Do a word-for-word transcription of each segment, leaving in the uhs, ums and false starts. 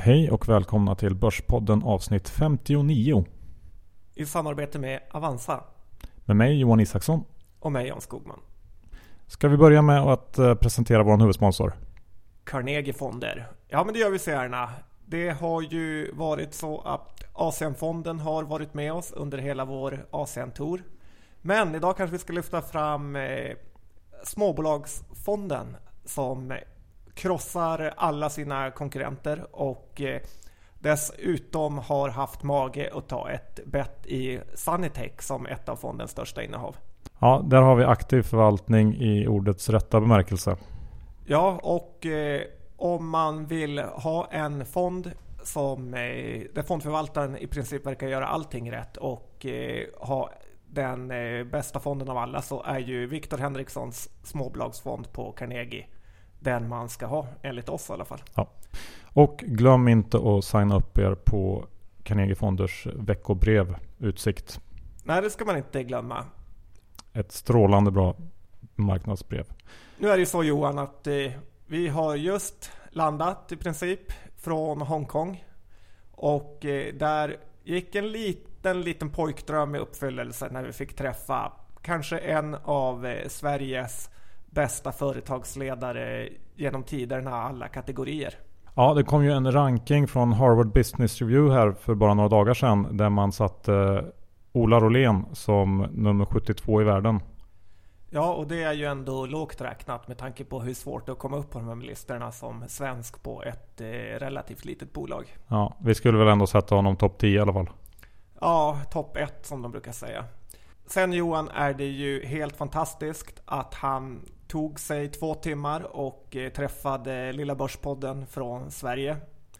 Hej och välkomna till Börspodden avsnitt femtionio. I samarbete med Avanza. Med mig Johan Isaksson. Och mig Jan Skogman. Ska vi börja med att presentera vår huvudsponsor? Carnegie Fonder. Ja, men det gör vi så gärna. Det har ju varit så att Asienfonden har varit med oss under hela vår Asien-tour. Men idag kanske vi ska lyfta fram eh, småbolagsfonden som krossar alla sina konkurrenter och eh, dessutom har haft mage att ta ett bett i Sanitec som ett av fondens största innehav. Ja, där har vi aktiv förvaltning i ordets rätta bemärkelse. Ja, och eh, om man vill ha en fond som eh, där fondförvaltaren i princip verkar göra allting rätt och eh, ha den eh, bästa fonden av alla, så är ju Victor Henrikssons småbolagsfond på Carnegie den man ska ha, enligt oss i alla fall. Ja. Och glöm inte att signa upp er på Carnegie Fonders veckobrev Utsikt. Nej, det ska man inte glömma. Ett strålande bra marknadsbrev. Nu är det ju så, Johan, att eh, vi har just landat i princip från Hongkong. Och eh, där gick en liten, liten pojkdröm i uppfyllelse när vi fick träffa kanske en av eh, Sveriges bästa företagsledare genom tiderna, alla kategorier. Ja, det kom ju en ranking från Harvard Business Review här för bara några dagar sedan där man satte eh, Ola Rolén som nummer sjuttiotvå i världen. Ja, och det är ju ändå lågt räknat med tanke på hur svårt det är att komma upp på de här listorna som svensk på ett eh, relativt litet bolag. Ja, vi skulle väl ändå sätta honom topp tio i alla fall. Ja, topp ett som de brukar säga. Sen, Johan, är det ju helt fantastiskt att han tog sig två timmar och eh, träffade Lilla Börspodden från Sverige.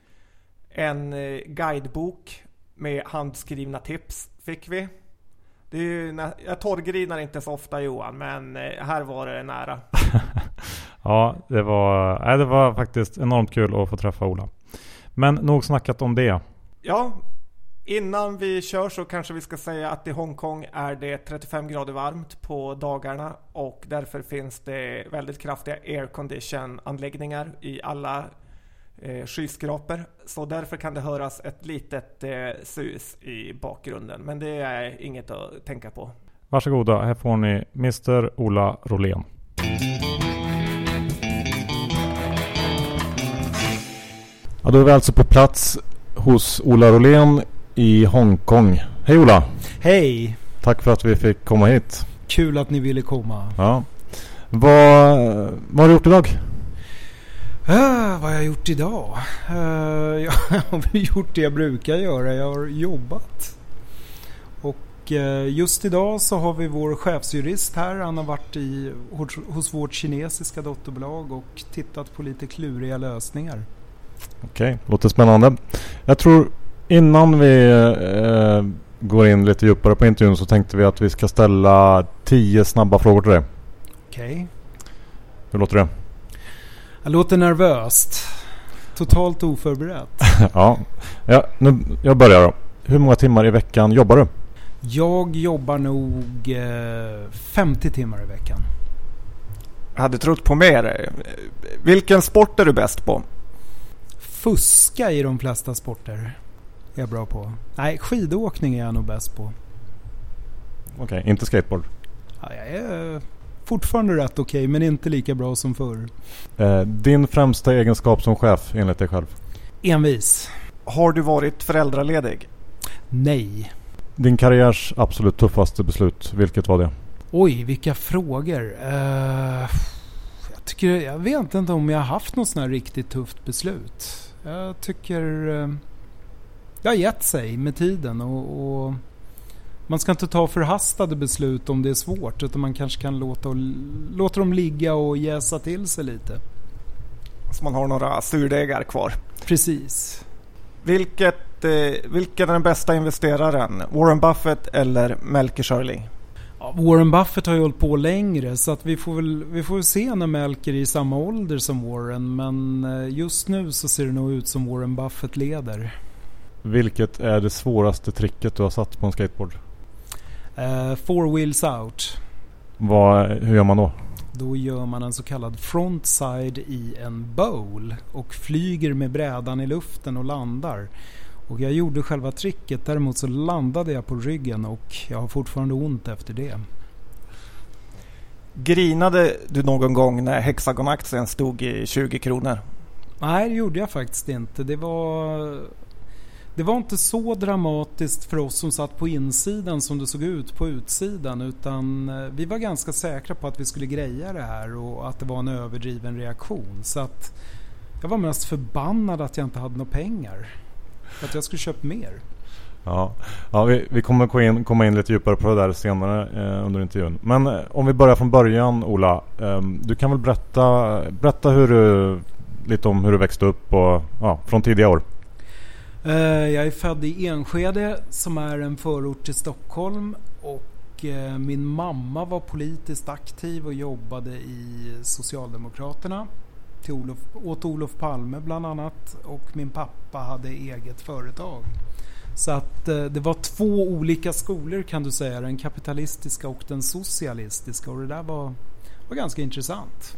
En eh, guidebok med handskrivna tips fick vi. Det är ju, jag torrgrinar inte så ofta, Johan, men eh, här var det nära. Ja, det var, nej, det var faktiskt enormt kul att få träffa Ola. Men nog snackat om det. Ja, innan vi kör så kanske vi ska säga att i Hongkong är det trettiofem grader varmt på dagarna och därför finns det väldigt kraftiga aircondition-anläggningar i alla eh, skyskrapor. Så därför kan det höras ett litet eh, sus i bakgrunden, men det är inget att tänka på. Varsågoda, här får ni mister Ola Rolén. Ja, då är vi alltså på plats hos Ola Rolén i Hongkong. Hej Ola! Hej! Tack för att vi fick komma hit. Kul att ni ville komma. Ja. Vad, vad har du gjort idag? Uh, vad har jag gjort idag? Uh, jag har gjort det jag brukar göra. Jag har jobbat. Och uh, just idag så har vi vår chefsjurist här. Han har varit i, hos, hos vårt kinesiska dotterbolag och tittat på lite kluriga lösningar. Okej, låter spännande. Jag tror innan vi eh, går in lite djupare på intervjun så tänkte vi att vi ska ställa tio snabba frågor till dig. Okej. Hur låter det? Jag låter nervöst. Totalt oförberett. Ja, ja nu, jag börjar då. Hur många timmar i veckan jobbar du? Jag jobbar nog eh, femtio timmar i veckan. Jag hade trott på mer. Vilken sport är du bäst på? Fuska i de flesta sporter är jag bra på. Nej, skidåkning är jag nog bäst på. Okej, okay, inte skateboard? Ja, jag är fortfarande rätt okej, okay, men inte lika bra som förr. Eh, din främsta egenskap som chef enligt dig själv? Envis. Har du varit föräldraledig? Nej. Din karriärs absolut tuffaste beslut, vilket var det? Oj, vilka frågor. Uh, jag, tycker, jag vet inte om jag har haft något sån här riktigt tufft beslut. Jag tycker uh, jag har gett sig med tiden och, och man ska inte ta förhastade beslut om det är svårt, utan man kanske kan låta, låta dem ligga och jäsa till sig lite. Så man har några surdegar kvar. Precis. Vilket, eh, vilken är den bästa investeraren? Warren Buffett eller Melker Schörling? Ja, Warren Buffett har ju hållit på längre, så att vi får väl vi får se när Melker är i samma ålder som Warren, men just nu så ser det nog ut som Warren Buffett leder. Vilket är det svåraste tricket du har satt på en skateboard? Uh, four wheels out. Vad, hur gör man då? då gör man en så kallad frontside i en bowl och flyger med brädan i luften och landar. Och jag gjorde själva tricket, däremot så landade jag på ryggen och jag har fortfarande ont efter det. Grinade du någon gång när Hexagon-aktien stod i tjugo kronor? Nej, det gjorde jag faktiskt inte. Det var, det var inte så dramatiskt för oss som satt på insidan som det såg ut på utsidan, utan vi var ganska säkra på att vi skulle greja det här och att det var en överdriven reaktion. Så att jag var mest förbannad att jag inte hade några pengar. För att jag skulle köpa mer. Ja, ja vi, vi kommer komma in, komma in lite djupare på det där senare eh, under intervjun. Men eh, om vi börjar från början, Ola. Eh, du kan väl berätta, berätta hur du, lite om hur du växte upp och, ja, från tidiga år. Eh, jag är född i Enskede som är en förort till Stockholm. Och eh, min mamma var politiskt aktiv och jobbade i Socialdemokraterna. Till Olof, åt Olof Palme bland annat. Och min pappa hade eget företag. Så att eh, det var två olika skolor kan du säga. Den kapitalistiska och den socialistiska. Och det där var, var ganska intressant.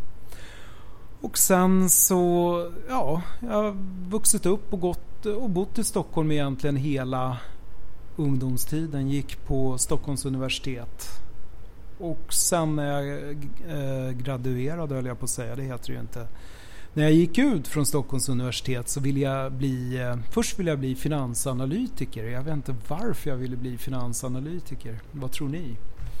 Och sen så, ja, jag har vuxit upp och gått och bott i Stockholm egentligen hela ungdomstiden. Gick på Stockholms universitet. Och sen när jag eh, graduerade, höll jag på att säga, det heter det ju inte. När jag gick ut från Stockholms universitet så ville jag bli, eh, först ville jag bli finansanalytiker. Jag vet inte varför jag ville bli finansanalytiker. Vad tror ni?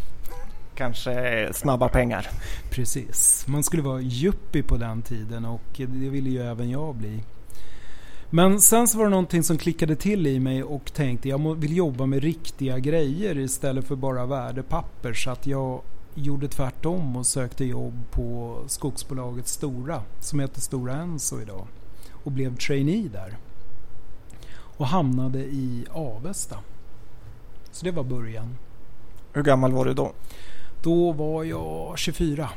Kanske snabba pengar. Precis. Man skulle vara yuppie på den tiden och det ville ju även jag bli. Men sen så var det någonting som klickade till i mig och tänkte jag vill jobba med riktiga grejer istället för bara värdepapper, så att jag gjorde tvärtom och sökte jobb på skogsbolaget Stora som heter Stora Enso idag och blev trainee där och hamnade i Avesta. Så det var början. Hur gammal var du då? Då var jag tjugofyra.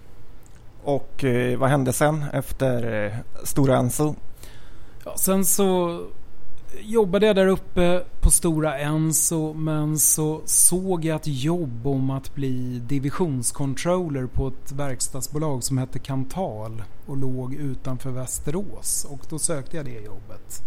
Och eh, vad hände sen efter eh, Stora Enso? Ja, sen så jobbade jag där uppe på Stora Enso, men så såg jag ett jobb om att bli divisionscontroller på ett verkstadsbolag som hette Kantal och låg utanför Västerås, och då sökte jag det jobbet.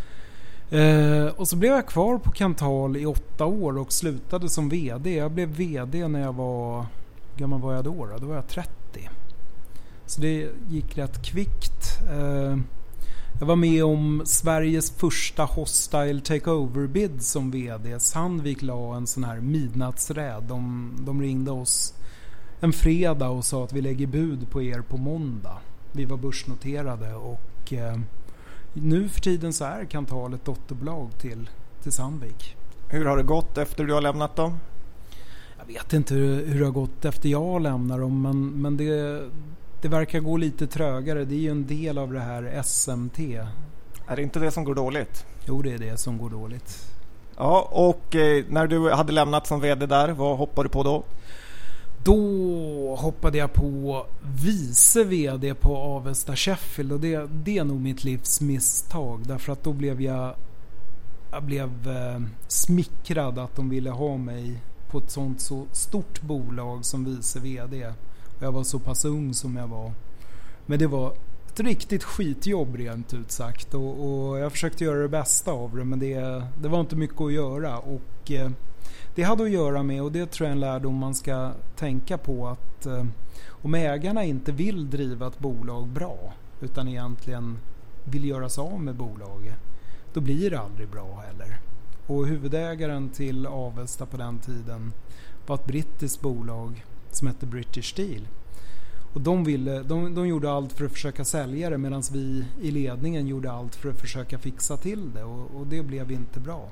Eh, och så blev jag kvar på Kantal i åtta år och slutade som vd. Jag blev vd när jag var, hur gammal var jag då? Då var jag trettio. Så det gick rätt kvickt. Eh, Jag var med om Sveriges första hostile takeover bid som vd. Sandvik la en sån här midnattsräd. De, de ringde oss en fredag och sa att vi lägger bud på er på måndag. Vi var börsnoterade och eh, nu för tiden så är Kantal ett dotterbolag till, till Sandvik. Hur har det gått efter du har lämnat dem? Jag vet inte hur, hur det har gått efter jag lämnar dem, men, men det... Det verkar gå lite trögare. Det är ju en del av det här S M T. Är det inte det som går dåligt? Jo, det är det som går dåligt. Ja, och eh, när du hade lämnat som vd där, vad hoppade du på då? Då hoppade jag på vice vd på Avesta Sheffield. Och det, det är nog mitt livs misstag. Därför att då blev jag, jag blev eh, smickrad att de ville ha mig på ett sånt så stort bolag som vice vd. Jag var så pass ung som jag var. Men det var ett riktigt skitjobb rent ut sagt. Och, och jag försökte göra det bästa av det. Men det, det var inte mycket att göra. Och eh, det hade att göra med, och det tror jag är en lärdom man ska tänka på, att eh, om ägarna inte vill driva ett bolag bra, utan egentligen vill göra sig av med bolaget, då blir det aldrig bra heller. Och huvudägaren till Avesta på den tiden var ett brittiskt bolag som hette British Steel. Och de, ville, de, de gjorde allt för att försöka sälja det, medan vi i ledningen gjorde allt för att försöka fixa till det. Och, och det blev inte bra.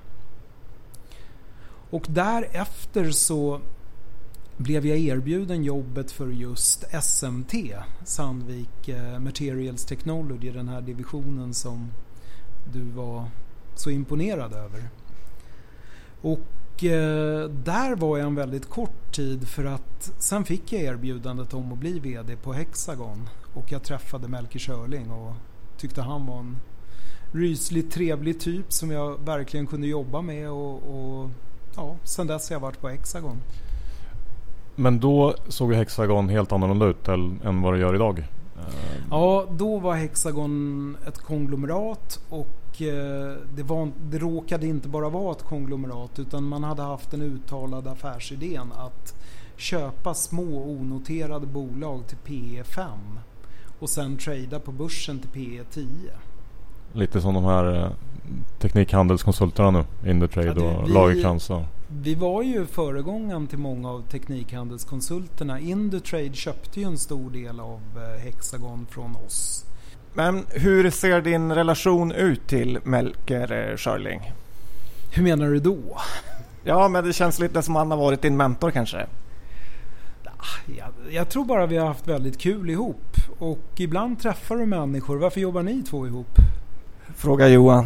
Och därefter så blev jag erbjuden jobbet för just S M T, Sandvik Materials Technology, den här divisionen som du var så imponerad över. Och där var jag en väldigt kort tid, för att sen fick jag erbjudandet om att bli vd på Hexagon, och jag träffade Melker Schörling och tyckte han var en rysligt trevlig typ som jag verkligen kunde jobba med, och, och ja, sen dess har jag varit på Hexagon. Men då såg ju Hexagon helt annorlunda ut än vad det gör idag. Ja, då var Hexagon ett konglomerat och det, var, det råkade inte bara vara ett konglomerat utan man hade haft en uttalad affärsidén att köpa små onoterade bolag till P E fem och sen trada på börsen till P E tio. Lite som de här teknikhandelskonsulterna nu, Indutrade ja, och Lagercrantz. Vi var ju föregångaren till många av teknikhandelskonsulterna. Indutrade köpte ju en stor del av Hexagon från oss. Men hur ser din relation ut till Melker Schörling? Hur menar du då? Ja, men det känns lite som han har varit din mentor kanske. Jag, jag tror bara vi har haft väldigt kul ihop. Och ibland träffar du människor. Varför jobbar ni två ihop? Fråga Johan.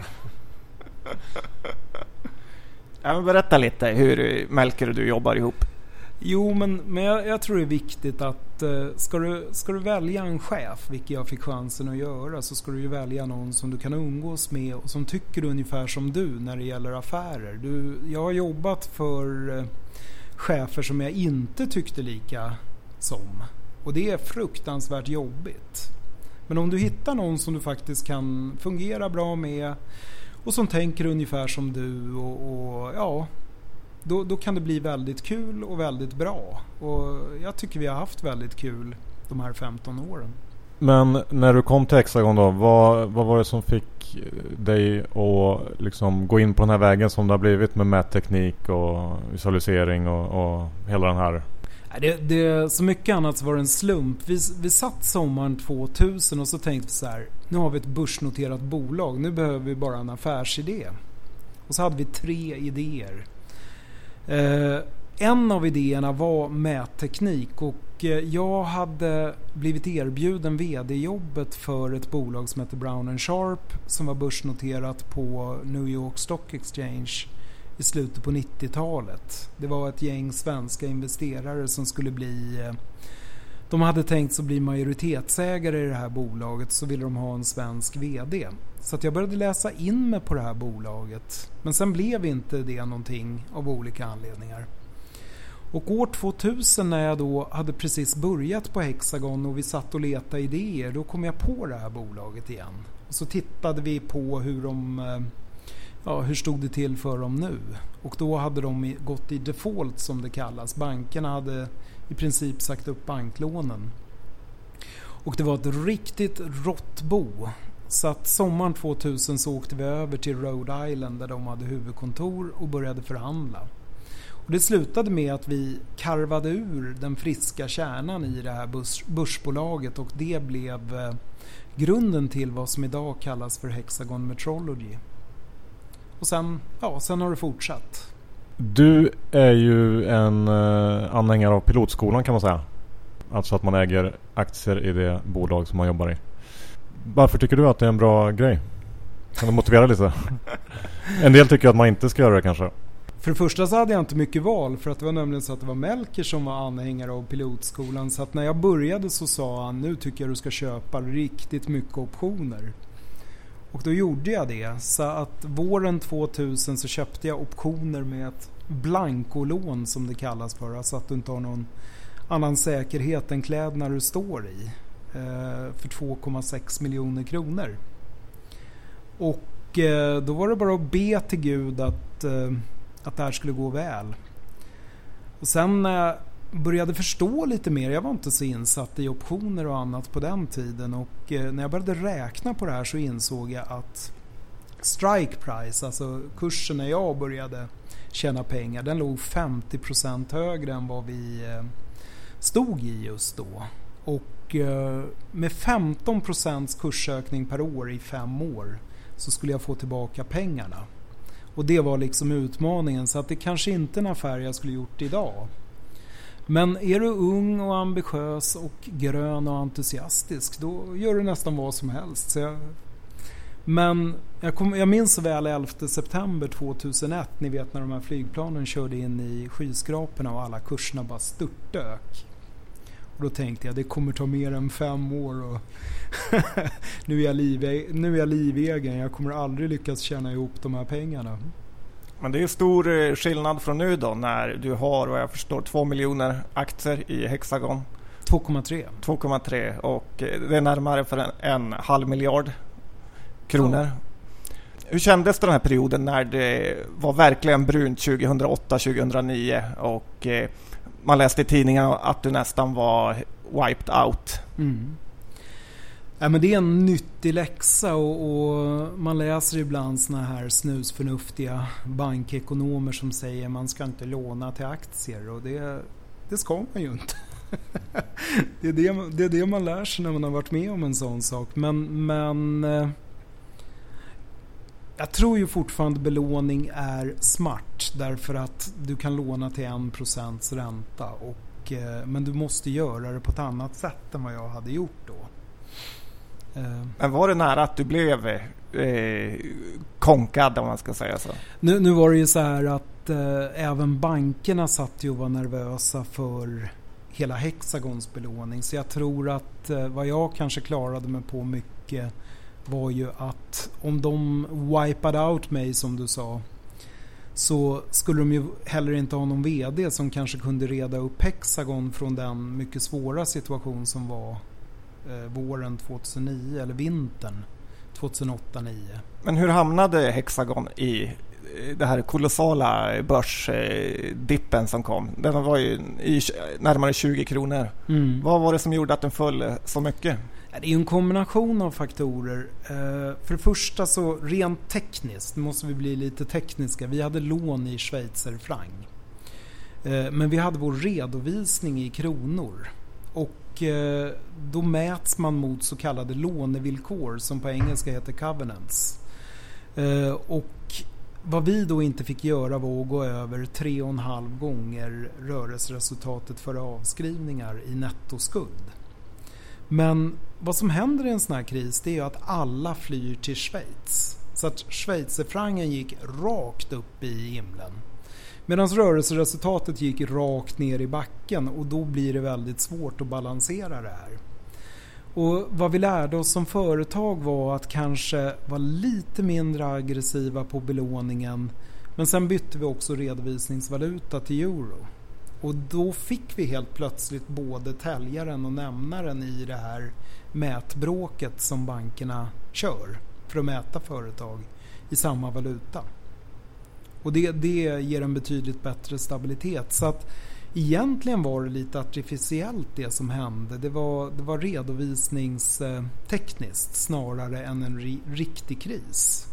Ja, men berätta lite hur Melker och du jobbar ihop. Jo, men, men jag, jag tror det är viktigt att uh, ska, du, ska du välja en chef, vilket jag fick chansen att göra, så ska du ju välja någon som du kan umgås med och som tycker ungefär som du när det gäller affärer. Du, jag har jobbat för uh, chefer som jag inte tyckte lika som. Och det är fruktansvärt jobbigt. Men om du hittar någon som du faktiskt kan fungera bra med och som tänker ungefär som du och, och ja, då, då kan det bli väldigt kul och väldigt bra. Och jag tycker vi har haft väldigt kul de här femton åren. Men när du kom till Hexagon då, vad, vad var det som fick dig att liksom gå in på den här vägen som det har blivit med mätteknik och visualisering och, och hela den här? Det, det, så mycket annat så var det en slump. Vi, vi satt sommaren tvåtusen och så tänkte vi så här, nu har vi ett börsnoterat bolag, nu behöver vi bara en affärsidé. Och så hade vi tre idéer. Eh, en av idéerna var mätteknik och eh, jag hade blivit erbjuden vd-jobbet för ett bolag som heter Brown and Sharp som var börsnoterat på New York Stock Exchange i slutet på nittiotalet. Det var ett gäng svenska investerare som skulle bli... De hade tänkt sig att bli majoritetsägare i det här bolaget, så ville de ha en svensk vd. Så att jag började läsa in mig på det här bolaget. Men sen blev inte det någonting av olika anledningar. Och år tvåtusen när jag då hade precis börjat på Hexagon och vi satt och letade idéer, då kom jag på det här bolaget igen. Och så tittade vi på hur de... Ja, hur stod det till för dem nu? Och då hade de gått i default som det kallas. Bankerna hade i princip sagt upp banklånen. Och det var ett riktigt råttbo. Så att sommaren tvåtusen så åkte vi över till Rhode Island där de hade huvudkontor och började förhandla. Och det slutade med att vi karvade ur den friska kärnan i det här börs- börsbolaget och det blev eh, grunden till vad som idag kallas för Hexagon Metrology. Och sen, ja, sen har det fortsatt. Du är ju en eh, anhängare av pilotskolan kan man säga. Alltså att man äger aktier i det bolag som man jobbar i. Varför tycker du att det är en bra grej? Kan du motivera lite? En del tycker att man inte ska göra det kanske. För det första så hade jag inte mycket val, för att det var nämligen så att det var Melker som var anhängare av pilotskolan. Så att när jag började så sa han, nu tycker jag du ska köpa riktigt mycket optioner. Och då gjorde jag det. Så att våren tvåtusen så köpte jag optioner med ett blankolån som det kallas för. Alltså att du inte har någon annan säkerhet än kläderna du står i. Eh, för två komma sex miljoner kronor. Och eh, då var det bara att be till Gud att, eh, att det här skulle gå väl. Och sen när jag började förstå lite mer, jag var inte så insatt i optioner och annat på den tiden, och eh, när jag började räkna på det här så insåg jag att strike price, alltså kursen när jag började tjäna pengar, den låg femtio procent högre än vad vi eh, stod i just då. Och eh, med femton procents kursökning per år i fem år så skulle jag få tillbaka pengarna. Och det var liksom utmaningen, så att det kanske inte är en affär jag skulle gjort idag. Men är du ung och ambitiös och grön och entusiastisk, då gör du nästan vad som helst. Så jag... Men jag, kom, jag minns så väl elfte september tvåtusenett, ni vet när de här flygplanen körde in i skyskraporna och alla kurserna bara störtdök. Och då tänkte jag, det kommer ta mer än fem år och nu, är jag liv, nu är jag livegen, jag kommer aldrig lyckas tjäna ihop de här pengarna. Men det är ju stor skillnad från nu då när du har, vad jag förstår, två miljoner aktier i Hexagon. två komma tre. två komma tre och det är närmare för en, en halv miljard kronor. Ja. Hur kändes det den här perioden när det var verkligen brunt tjugohundraåtta tjugohundranio och eh, man läste i tidningen att du nästan var wiped out? Mm. Ja, men det är en nyttig läxa och, och man läser ibland såna här snusförnuftiga bankekonomer som säger man ska inte låna till aktier och det, det ska man ju inte. det, är det, det är det man lär sig när man har varit med om en sån sak. Men, men jag tror ju fortfarande belåning är smart därför att du kan låna till en procents ränta och, men du måste göra det på ett annat sätt än vad jag hade gjort då. Men var det nära att du blev eh, konkad om man ska säga så? Nu, nu var det ju så här att eh, även bankerna satt ju och var nervösa för hela Hexagons belåning. Så jag tror att eh, vad jag kanske klarade mig på mycket var ju att om de wiped out mig som du sa så skulle de ju heller inte ha någon vd som kanske kunde reda upp Hexagon från den mycket svåra situation som var våren tjugohundranio eller vintern tjugohundraåtta nio. Men hur hamnade Hexagon i det här kolossala börsdippen som kom? Den var ju i närmare tjugo kronor. Mm. Vad var det som gjorde att den föll så mycket? Det är ju en kombination av faktorer. För det första så rent tekniskt måste vi bli lite tekniska. Vi hade lån i schweizerfranc. Men vi hade vår redovisning i kronor. Och då mäts man mot så kallade lånevillkor som på engelska heter covenants. Och vad vi då inte fick göra var att gå över tre och en halv gånger rörelseresultatet för avskrivningar i nettoskuld. Men vad som händer i en sån här kris det är ju att alla flyr till Schweiz. Så att schweizerfrancen gick rakt upp i himlen. Medan rörelseresultatet gick rakt ner i backen och då blir det väldigt svårt att balansera det här. Och vad vi lärde oss som företag var att kanske vara lite mindre aggressiva på belåningen. Men sen bytte vi också redovisningsvaluta till euro. Och då fick vi helt plötsligt både täljaren och nämnaren i det här mätbråket som bankerna kör för att mäta företag i samma valuta. Och det, det ger en betydligt bättre stabilitet. Så att egentligen var det lite artificiellt det som hände. Det var, det var redovisningstekniskt snarare än en ri, riktig kris.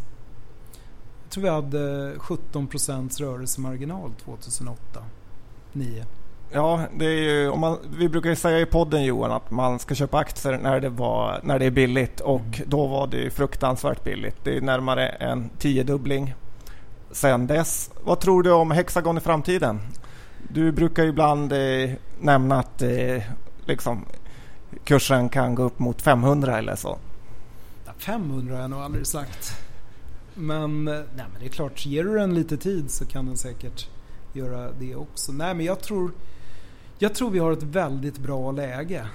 Jag tror vi hade sjutton procent rörelsemarginal tjugohundraåtta nio. Ja, det är ju, om man, vi brukar ju säga i podden Johan att man ska köpa aktier när det, var, när det är billigt och mm. då var det fruktansvärt billigt. Det är närmare en tiodubbling sen dess. Vad tror du om Hexagon i framtiden? Du brukar ju ibland eh, nämna att eh, liksom, kursen kan gå upp mot femhundra eller så. Ja, femhundra har jag nog aldrig sagt. Men, nej, men det är klart, ger du den lite tid så kan den säkert göra det också. Nej, men jag tror, jag tror vi har ett väldigt bra läge.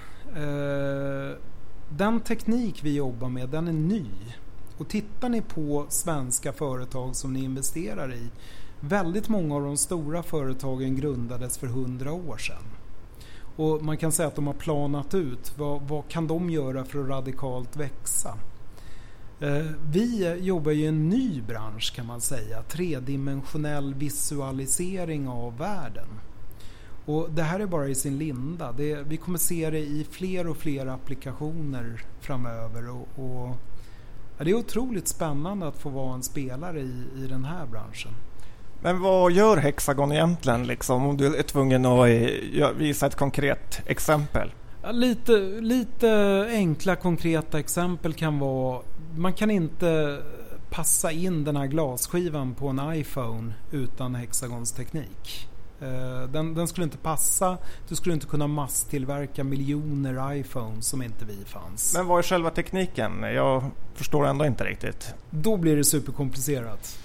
Eh, den teknik vi jobbar med, den är ny. Och tittar ni på svenska företag som ni investerar i, väldigt många av de stora företagen grundades för hundra år sedan. Och man kan säga att de har planat ut. Vad, vad kan de göra för att radikalt växa? Eh, vi jobbar i en ny bransch kan man säga. Tredimensionell visualisering av världen. Och det här är bara i sin linda. Det, vi kommer se det i fler och fler applikationer framöver. Och, och ja, det är otroligt spännande att få vara en spelare i, i den här branschen. Men vad gör Hexagon egentligen liksom, om du är tvungen att visa ett konkret exempel? Ja, lite, lite enkla konkreta exempel kan vara, man kan inte passa in den här glasskivan på en iPhone utan Hexagons teknik. Den, den skulle inte passa, du skulle inte kunna masstillverka miljoner iPhones som inte vi fanns. Men vad är själva tekniken? Jag förstår ändå inte riktigt. Då blir det superkomplicerat.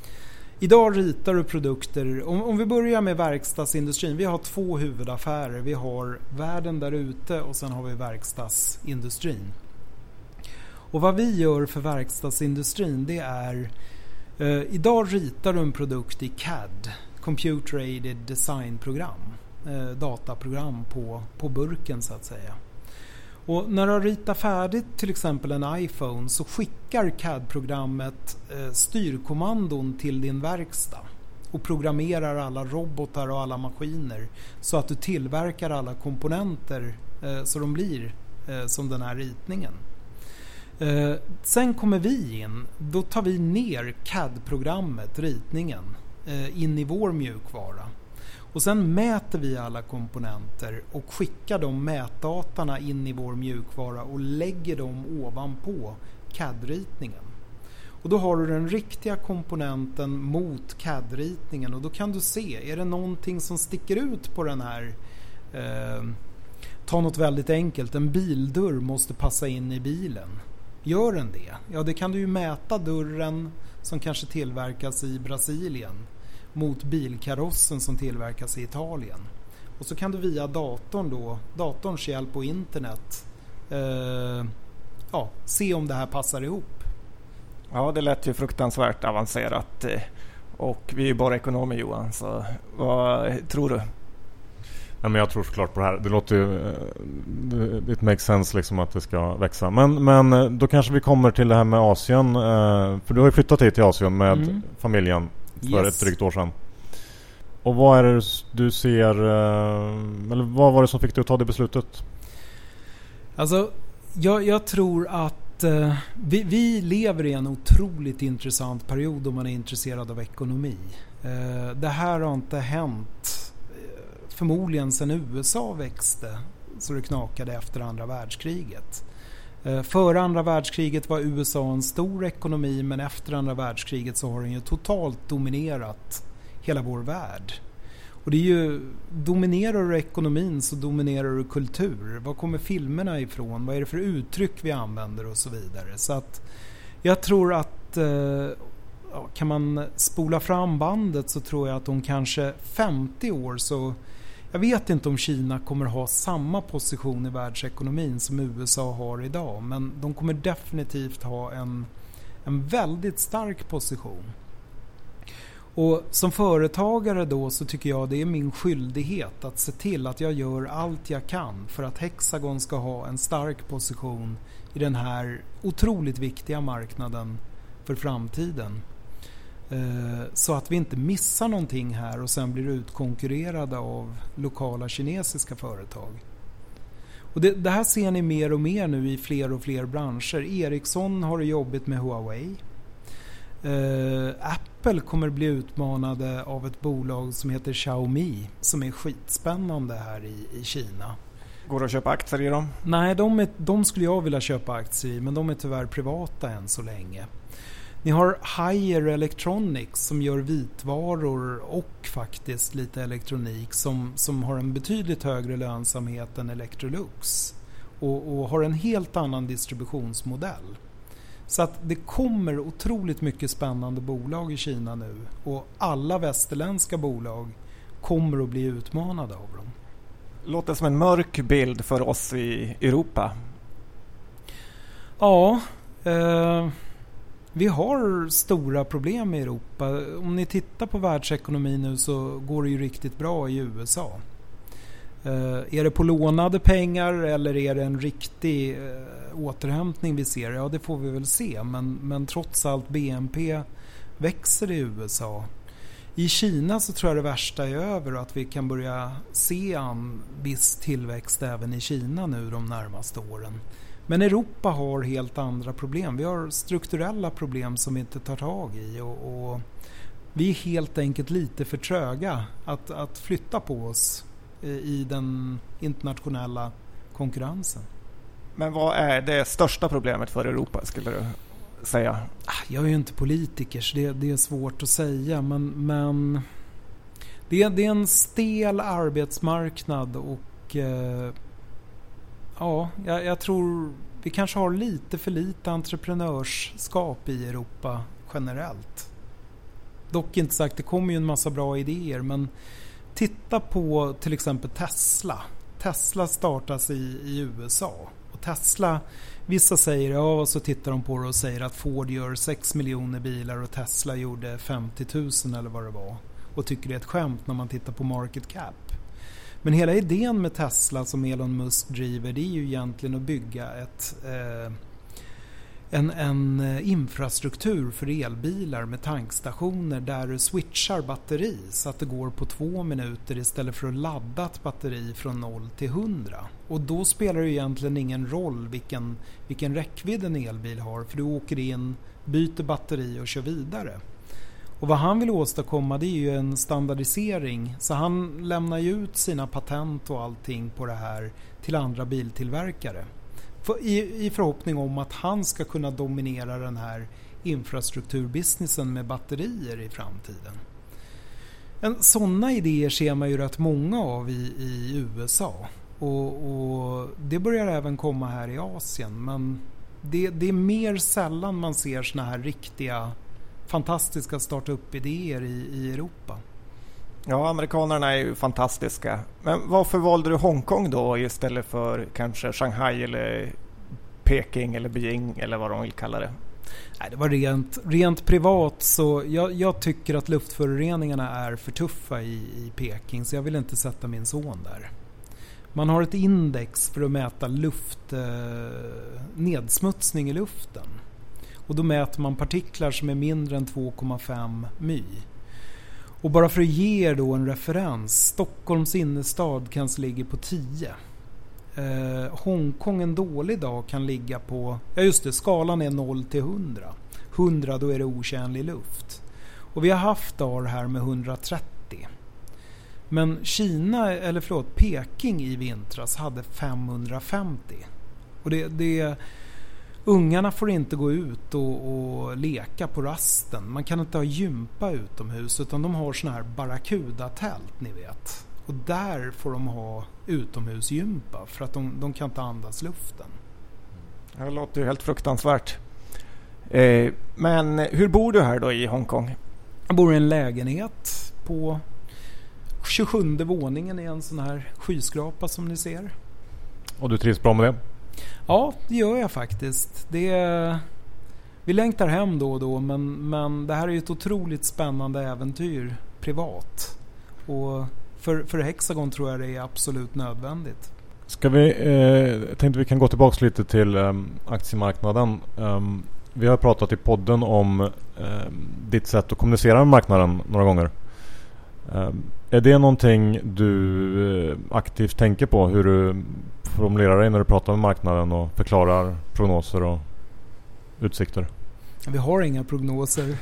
Idag ritar du produkter, om, om vi börjar med verkstadsindustrin, vi har två huvudaffärer. Vi har världen där ute och sen har vi verkstadsindustrin. Och vad vi gör för verkstadsindustrin, det är Eh, idag ritar du en produkt i C A D, Computer Aided Design-program, eh, dataprogram på, på burken så att säga. Och när du har ritat färdigt till exempel en iPhone så skickar C A D-programmet eh, styrkommandon till din verkstad och programmerar alla robotar och alla maskiner så att du tillverkar alla komponenter eh, så de blir eh, som den här ritningen. Eh, sen kommer vi in, då tar vi ner C A D-programmet, ritningen, eh, in i vår mjukvara. Och sen mäter vi alla komponenter och skickar de mätdatorna in i vår mjukvara och lägger dem ovanpå C A D-ritningen. Och då har du den riktiga komponenten mot C A D-ritningen och då kan du se, är det någonting som sticker ut på den här, eh, ta något väldigt enkelt, en bildörr måste passa in i bilen. Gör den det? Ja, det kan du ju mäta dörren som kanske tillverkas i Brasilien mot bilkarossen som tillverkas i Italien. Och så kan du via datorn då, datorns hjälp och internet eh, ja, se om det här passar ihop. Ja, det lät ju fruktansvärt avancerat och vi är ju bara ekonomer, Johan, så vad tror du? Ja, men jag tror såklart på det här. Det låter ju, it makes sense liksom att det ska växa. Men, men då kanske vi kommer till det här med Asien, för du har ju flyttat hit till Asien med mm. familjen för yes. ett drygt år sedan. Och vad är det du ser, eller vad var det som fick dig att ta det beslutet? Alltså, jag, jag tror att uh, vi, vi lever i en otroligt intressant period om man är intresserad av ekonomi. Uh, det här har inte hänt uh, förmodligen sedan U S A växte så det knakade efter andra världskriget. Uh, före andra världskriget var U S A en stor ekonomi, men efter andra världskriget så har den ju totalt dominerat hela vår värld. Och det är ju, dominerar du ekonomin så dominerar du kultur. Var kommer filmerna ifrån? Vad är det för uttryck vi använder och så vidare. Så att jag tror att eh, kan man spola fram bandet så tror jag att om kanske femtio år så, jag vet inte om Kina kommer ha samma position i världsekonomin som U S A har idag, men de kommer definitivt ha en, en väldigt stark position. Och som företagare då så tycker jag det är min skyldighet att se till att jag gör allt jag kan för att Hexagon ska ha en stark position i den här otroligt viktiga marknaden för framtiden. Så att vi inte missar någonting här och sen blir utkonkurrerade av lokala kinesiska företag. Och det, det här ser ni mer och mer nu i fler och fler branscher. Ericsson har jobbat med Huawei. Uh, Apple kommer bli utmanade av ett bolag som heter Xiaomi som är skitspännande här i, i Kina. Går det att köpa aktier i dem? Nej, de, är, de skulle jag vilja köpa aktier i, men de är tyvärr privata än så länge. Ni har Haier Electronics som gör vitvaror och faktiskt lite elektronik som, som har en betydligt högre lönsamhet än Electrolux och, och har en helt annan distributionsmodell. Så att det kommer otroligt mycket spännande bolag i Kina nu och alla västerländska bolag kommer att bli utmanade av dem. Låter som en mörk bild för oss i Europa. Ja, eh, vi har stora problem i Europa. Om ni tittar på världsekonomin nu så går det ju riktigt bra i U S A. Uh, är det på lånade pengar eller är det en riktig uh, återhämtning vi ser? Ja, det får vi väl se. Men, men trots allt B N P växer i U S A. I Kina så tror jag det värsta är över och att vi kan börja se en viss tillväxt även i Kina nu de närmaste åren. Men Europa har helt andra problem. Vi har strukturella problem som vi inte tar tag i och, och vi är helt enkelt lite för tröga att, att flytta på oss i den internationella konkurrensen. Men vad är det största problemet för Europa skulle du säga? Jag är ju inte politiker så det, det är svårt att säga, men, men det, det är en stel arbetsmarknad och eh, ja, jag, jag tror vi kanske har lite för lite entreprenörskap i Europa generellt. Dock inte sagt, det kommer ju en massa bra idéer, men titta på till exempel Tesla. Tesla startas i, i U S A och Tesla, vissa säger ja, och så tittar de på det och säger att Ford gör sex miljoner bilar och Tesla gjorde femtio tusen eller vad det var. Och tycker det är ett skämt när man tittar på market cap. Men hela idén med Tesla som Elon Musk driver, det är ju egentligen att bygga ett, eh, en, en infrastruktur för elbilar med tankstationer där du switchar batteri så att det går på två minuter istället för att ladda ett batteri från noll till hundra. Och då spelar det egentligen ingen roll vilken, vilken räckvidd en elbil har, för du åker in, byter batteri och kör vidare. Och vad han vill åstadkomma, det är ju en standardisering. Så han lämnar ju ut sina patent och allting på det här till andra biltillverkare. För, i, i förhoppning om att han ska kunna dominera den här infrastrukturbusinessen med batterier i framtiden. En, sådana idéer ser man ju rätt många av i, i U S A. Och, och det börjar även komma här i Asien. Men det, det är mer sällan man ser såna här riktiga fantastiska startup-idéer i, i Europa. Ja, amerikanerna är ju fantastiska. Men varför valde du Hongkong då istället för kanske Shanghai eller Peking eller Beijing eller vad de vill kalla det? Nej, det var rent, rent privat, så jag, jag tycker att luftföroreningarna är för tuffa i, i Peking, så jag vill inte sätta min son där. Man har ett index för att mäta luft, eh, nedsmutsning i luften. Och då mäter man partiklar som är mindre än två komma fem my. Och bara för att ge er då en referens, Stockholms innerstad kanske ligger på tio. Eh, Hongkong en dålig dag kan ligga på, ja just det, skalan är noll till hundra. hundra då är det otjänlig luft. Och vi har haft dagar här med hundratrettio. Men Kina, eller förlåt, Peking i vintras hade femhundrafemtio. Och det, det ungarna får inte gå ut och, och leka på rasten. Man kan inte ha gympa utomhus, utan de har såna här barracuda-tält, ni vet. Och där får de ha utomhusgympa för att de, de kan inte andas luften. Det låter ju helt fruktansvärt. Eh, men hur bor du här då i Hongkong? Jag bor i en lägenhet på tjugosjunde våningen i en sån här skyskrapa som ni ser. Och du trivs bra med det? Ja, det gör jag faktiskt. Det är, vi längtar hem då och då, men, men det här är ju ett otroligt spännande äventyr privat. Och för, för Hexagon tror jag det är absolut nödvändigt. Ska vi, eh, jag tänkte vi kan gå tillbaka lite till eh, aktiemarknaden. Um, vi har pratat i podden om eh, ditt sätt att kommunicera med marknaden några gånger. Um, är det någonting du eh, aktivt tänker på, hur du formulerar dig när du pratar med marknaden och förklarar prognoser och utsikter? Vi har inga prognoser.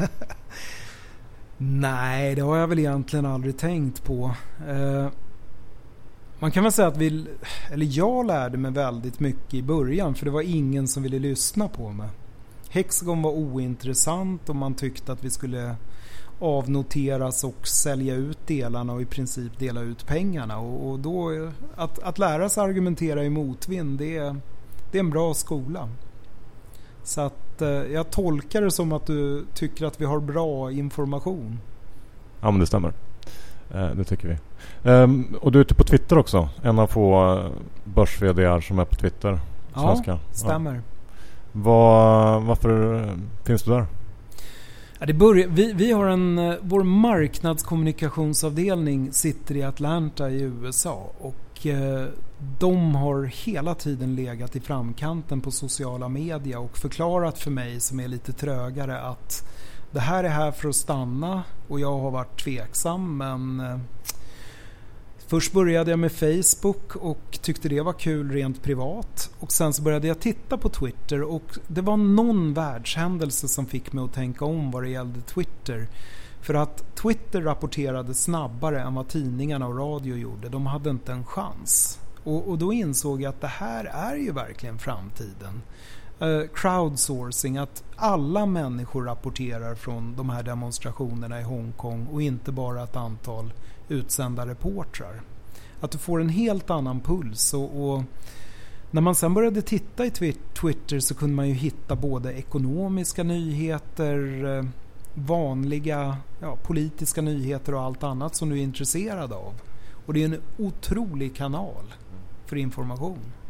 Nej, det har jag väl egentligen aldrig tänkt på. Eh, man kan väl säga att vi, eller jag lärde mig väldigt mycket i början, för det var ingen som ville lyssna på mig. Hexagon var ointressant och man tyckte att vi skulle avnoteras och sälja ut delarna och i princip dela ut pengarna. Och, och då, att, att lära sig argumentera i motvind, det är, det är en bra skola. Så att eh, jag tolkar det som att du tycker att vi har bra information. Ja, men det stämmer. Eh, det tycker vi. Um, och du är ute på Twitter också. En av få börs-vd:ar som är på Twitter. Svenska. Ja, stämmer. Ja. Var, varför finns du där? Ja, det börjar, vi, vi har en, vår marknadskommunikationsavdelning sitter i Atlanta i U S A, och eh, de har hela tiden legat i framkanten på sociala medier och förklarat för mig som är lite trögare att det här är här för att stanna, och jag har varit tveksam, men eh, först började jag med Facebook och tyckte det var kul rent privat, och sen så började jag titta på Twitter, och det var någon världshändelse som fick mig att tänka om vad det gällde Twitter. För att Twitter rapporterade snabbare än vad tidningarna och radio gjorde. De hade inte en chans. Och, och då insåg jag att det här är ju verkligen framtiden. Uh, crowdsourcing, att alla människor rapporterar från de här demonstrationerna i Hongkong och inte bara ett antal utsända reportrar. Att du får en helt annan puls, och, och när man sen började titta i Twitter så kunde man ju hitta både ekonomiska nyheter, vanliga ja, politiska nyheter och allt annat som du är intresserad av. Och det är en otrolig kanal för information.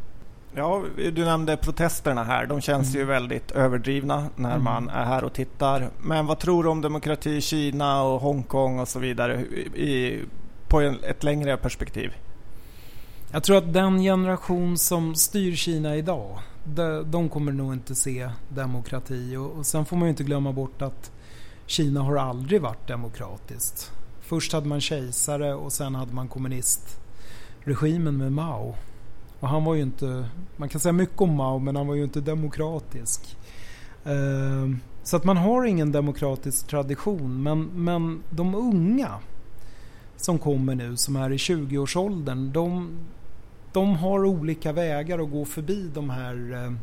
Ja, du nämnde protesterna här. De känns mm. ju väldigt överdrivna när mm. man är här och tittar. Men vad tror du om demokrati i Kina och Hongkong och så vidare i, på en, ett längre perspektiv? Jag tror att den generation som styr Kina idag, de, de kommer nog inte se demokrati. Och, och sen får man ju inte glömma bort att Kina har aldrig varit demokratiskt. Först hade man kejsare och sen hade man kommunistregimen med Mao. Och han var ju inte, man kan säga mycket om Mao, men han var ju inte demokratisk. Uh, så att man har ingen demokratisk tradition. Men, men de unga som kommer nu, som är i tjugoårsåldern, de, de har olika vägar att gå förbi de här uh,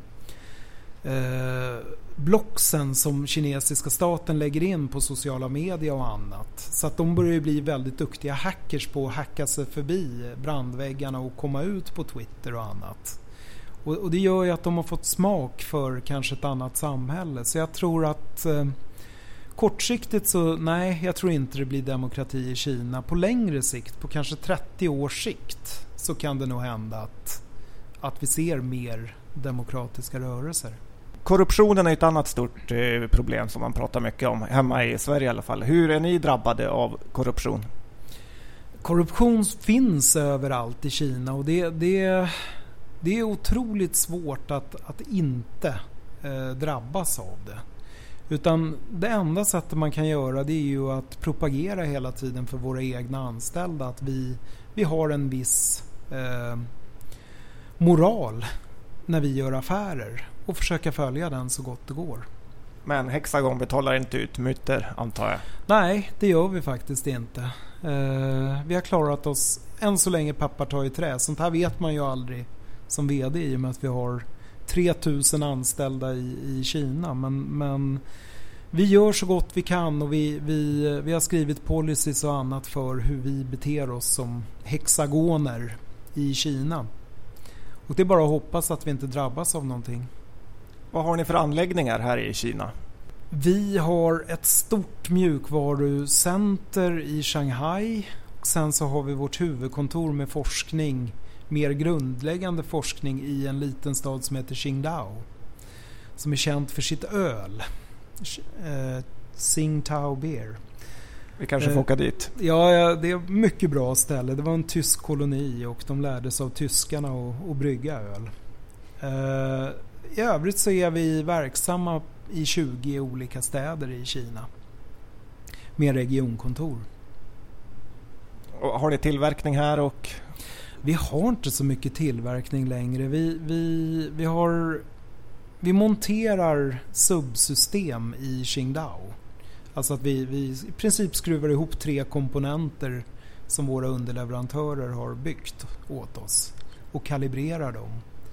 uh, blocksen som kinesiska staten lägger in på sociala medier och annat. Så att de börjar bli väldigt duktiga hackers på att hacka sig förbi brandväggarna och komma ut på Twitter och annat. Och, och det gör ju att de har fått smak för kanske ett annat samhälle. Så jag tror att eh, kortsiktigt så nej, jag tror inte det blir demokrati i Kina. På längre sikt, på kanske trettio års sikt, så kan det nog hända att, att vi ser mer demokratiska rörelser. Korruptionen är ett annat stort eh, problem som man pratar mycket om hemma i Sverige i alla fall. Hur är ni drabbade av korruption? Korruption finns överallt i Kina och det, det, det är otroligt svårt att, att inte eh, drabbas av det. Utan det enda sättet man kan göra, det är ju att propagera hela tiden för våra egna anställda att vi, vi har en viss eh, moral när vi gör affärer. Och försöka följa den så gott det går. Men Hexagon betalar inte ut mutor, antar jag? Nej, det gör vi faktiskt inte. Uh, vi har klarat oss än så länge pappar tar i trä. Sånt här vet man ju aldrig som vd i och med att vi har tre tusen anställda i, i Kina. Men, men vi gör så gott vi kan och vi, vi, vi har skrivit policies och annat för hur vi beter oss som hexagoner i Kina. Och det är bara att hoppas att vi inte drabbas av någonting. Vad har ni för anläggningar här i Kina? Vi har ett stort mjukvarucenter i Shanghai. Och sen så har vi vårt huvudkontor med forskning, mer grundläggande forskning i en liten stad som heter Qingdao. Som är känd för sitt öl. Eh, Tsingtao Beer. Vi kanske får åka dit. Ja, det är ett mycket bra ställe. Det var en tysk koloni och de lärde sig av tyskarna att, att brygga öl. Eh, I övrigt så är vi verksamma i tjugo olika städer i Kina med regionkontor. Och har ni tillverkning här? Och vi har inte så mycket tillverkning längre. Vi, vi, vi, har, vi monterar subsystem i Qingdao. Alltså att vi, vi i princip skruvar ihop tre komponenter som våra underleverantörer har byggt åt oss och kalibrerar dem.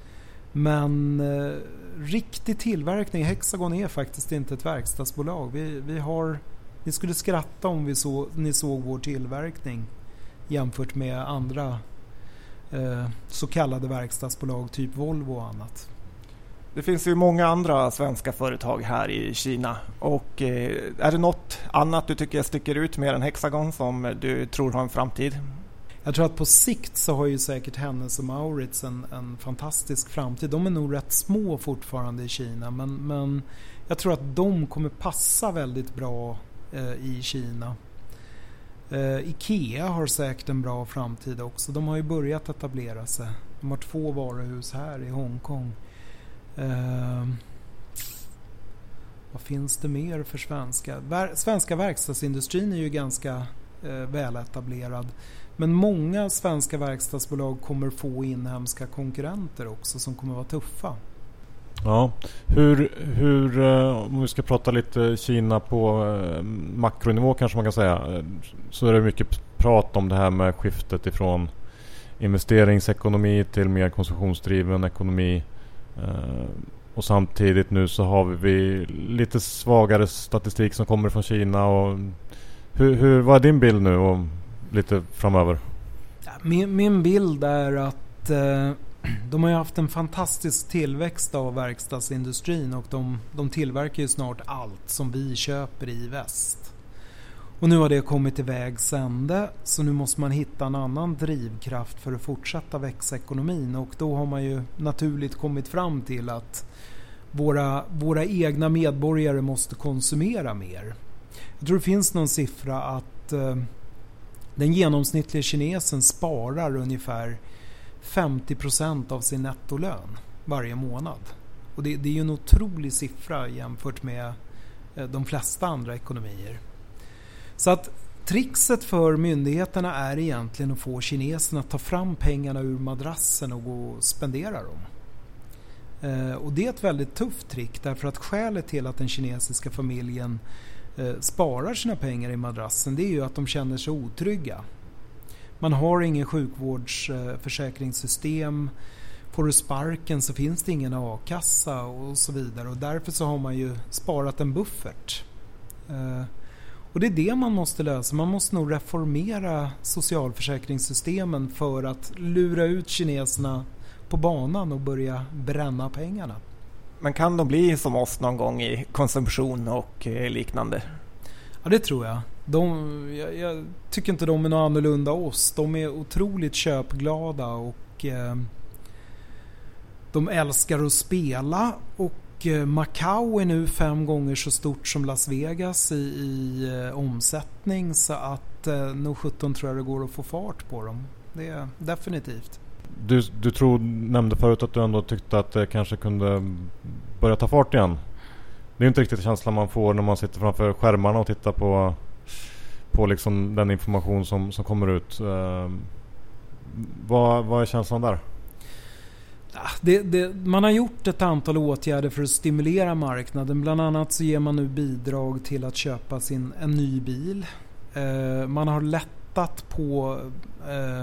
Men eh, riktig tillverkning, Hexagon är faktiskt inte ett verkstadsbolag. Vi, vi, har, vi skulle skratta om vi så, ni såg vår tillverkning jämfört med andra eh, så kallade verkstadsbolag, typ Volvo och annat. Det finns ju många andra svenska företag här i Kina. Och eh, är det något annat du tycker sticker ut mer än Hexagon som du tror har en framtid? Jag tror att på sikt så har ju säkert Hennes och Mauritz en, en fantastisk framtid. De är nog rätt små fortfarande i Kina. Men, men jag tror att de kommer passa väldigt bra eh, i Kina. Eh, Ikea har säkert en bra framtid också. De har ju börjat etablera sig. De har två varuhus här i Hongkong. Eh, vad finns det mer för svenska? Ver- svenska verkstadsindustrin är ju ganska eh, väletablerad. Men många svenska verkstadsbolag kommer få inhemska konkurrenter också som kommer vara tuffa. Ja, hur, hur om vi ska prata lite Kina på makronivå kanske man kan säga, så är det mycket prat om det här med skiftet ifrån investeringsekonomi till mer konsumtionsdriven ekonomi. Och samtidigt nu så har vi lite svagare statistik som kommer från Kina. Och hur, hur, vad är din bild nu och lite framöver? Min, min bild är att eh, de har ju haft en fantastisk tillväxt av verkstadsindustrin och de, de tillverkar ju snart allt som vi köper i väst. Och nu har det kommit till vägs ände, så nu måste man hitta en annan drivkraft för att fortsätta växa ekonomin, och då har man ju naturligt kommit fram till att våra, våra egna medborgare måste konsumera mer. Jag tror det finns någon siffra att eh, den genomsnittliga kinesen sparar ungefär femtio procent av sin nettolön varje månad. Och det, det är ju en otrolig siffra jämfört med eh, de flesta andra ekonomier. Så att trixet för myndigheterna är egentligen att få kineserna att ta fram pengarna ur madrassen och gå och spendera dem. Eh, och det är ett väldigt tufft trick, därför att skälet till att den kinesiska familjen eh, sparar sina pengar i madrassen, det är ju att de känner sig otrygga. Man har ingen sjukvårdsförsäkringssystem, får du sparken så finns det ingen a-kassa och så vidare, och därför så har man ju sparat en buffert. Eh, Och det är det man måste lösa. Man måste nog reformera socialförsäkringssystemen för att lura ut kineserna på banan och börja bränna pengarna. Men kan de bli som oss någon gång i konsumtion och liknande? Ja, det tror jag. De, jag, jag tycker inte de är något annorlunda oss. De är otroligt köpglada och eh, de älskar att spela, och Macau är nu fem gånger så stort som Las Vegas i, i eh, omsättning, så att eh, nog sjutton tror jag det går att få fart på dem. Det är definitivt. Du, du tror, nämnde förut att du ändå tyckte att det kanske kunde börja ta fart igen. Det är inte riktigt känslan man får när man sitter framför skärmarna och tittar på, på liksom den information som, som kommer ut. Eh, vad, vad är känslan där? Det, det, man har gjort ett antal åtgärder för att stimulera marknaden. Bland annat så ger man nu bidrag till att köpa sin, en ny bil. Eh, man har lättat på eh,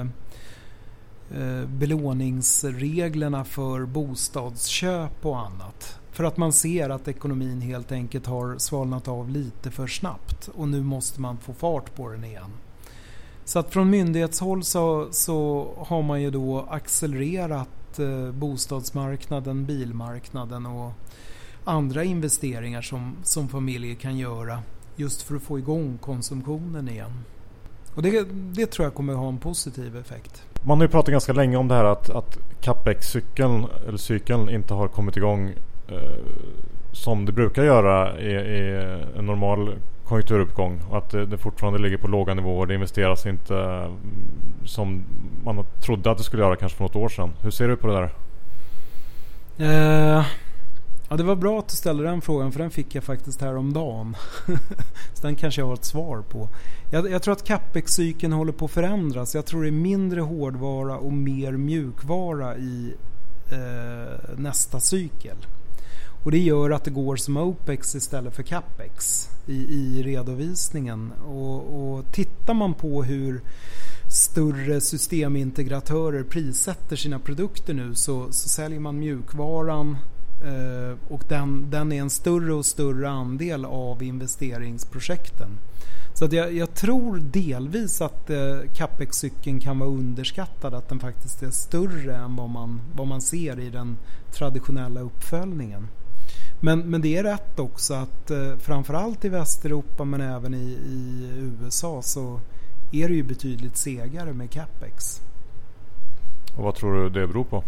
eh, belåningsreglerna för bostadsköp och annat. För att man ser att ekonomin helt enkelt har svalnat av lite för snabbt. Och nu måste man få fart på den igen. Så att från myndighetshåll så, så har man ju då accelererat bostadsmarknaden, bilmarknaden och andra investeringar som, som familjer kan göra just för att få igång konsumtionen igen. Och det, det tror jag kommer att ha en positiv effekt. Man har ju pratat ganska länge om det här att, att capex-cykeln eller cykeln inte har kommit igång eh, som det brukar göra i, i en normal konjunkturuppgång, och att det, det fortfarande ligger på låga nivåer. Det investeras inte eh, som man trodde att det skulle göra kanske för något år sedan. Hur ser du på det där? Eh, ja, det var bra att du ställde den frågan, för den fick jag faktiskt här om dagen. Så den kanske jag har ett svar på. Jag, jag tror att capex-cykeln håller på att förändras. Jag tror det är mindre hårdvara och mer mjukvara i eh, nästa cykel. Och det gör att det går som OPEX istället för CAPEX i, i redovisningen. Och, och tittar man på hur större systemintegratörer prissätter sina produkter nu, så, så säljer man mjukvaran eh, och den, den är en större och större andel av investeringsprojekten. Så att jag, jag tror delvis att eh, CAPEX-cykeln kan vara underskattad, att den faktiskt är större än vad man, vad man ser i den traditionella uppföljningen. Men, men det är rätt också att eh, framförallt i Västeuropa men även i, i U S A så är det ju betydligt segare med CAPEX. Och vad tror du det beror på?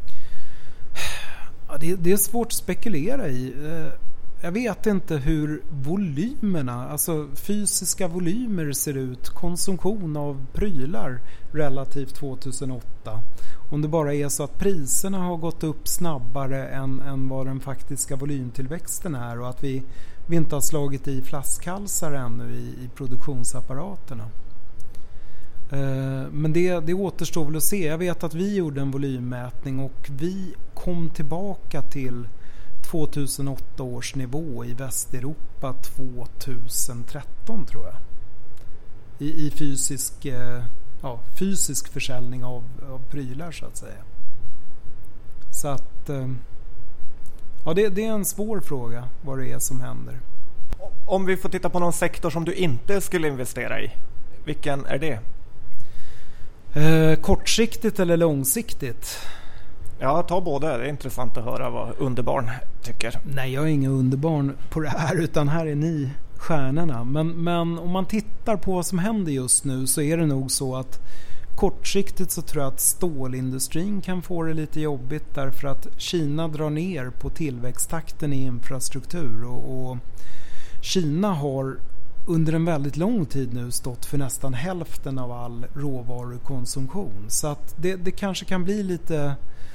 Ja, det, det är svårt att spekulera i. Eh, jag vet inte hur volymerna, alltså fysiska volymer ser ut, konsumtion av prylar relativt tjugohundraåtta. Om det bara är så att priserna har gått upp snabbare än, än vad den faktiska volymtillväxten är, och att vi, vi inte har slagit i flaskhalsar ännu i, i produktionsapparaterna. Eh, men det, det återstår väl att se. Jag vet att vi gjorde en volymmätning och vi kom tillbaka till tjugohundraåtta års nivå i Västeuropa tjugotretton tror jag. I, i fysisk, eh, ja, fysisk försäljning av, av prylar så att säga. Så att eh, ja, det, det är en svår fråga vad det är som händer. Om vi får titta på någon sektor som du inte skulle investera i, vilken är det? Eh, kortsiktigt eller långsiktigt? Ja, ta båda. Det är intressant att höra vad underbarn tycker. Nej, jag är inga underbarn på det här, utan här är ni stjärnorna. Men, men om man tittar på vad som händer just nu så är det nog så att kortsiktigt så tror jag att stålindustrin kan få det lite jobbigt därför att Kina drar ner på tillväxttakten i infrastruktur och, och Kina har under en väldigt lång tid nu stått för nästan hälften av all råvarukonsumtion. Så att det, det kanske kan bli lite,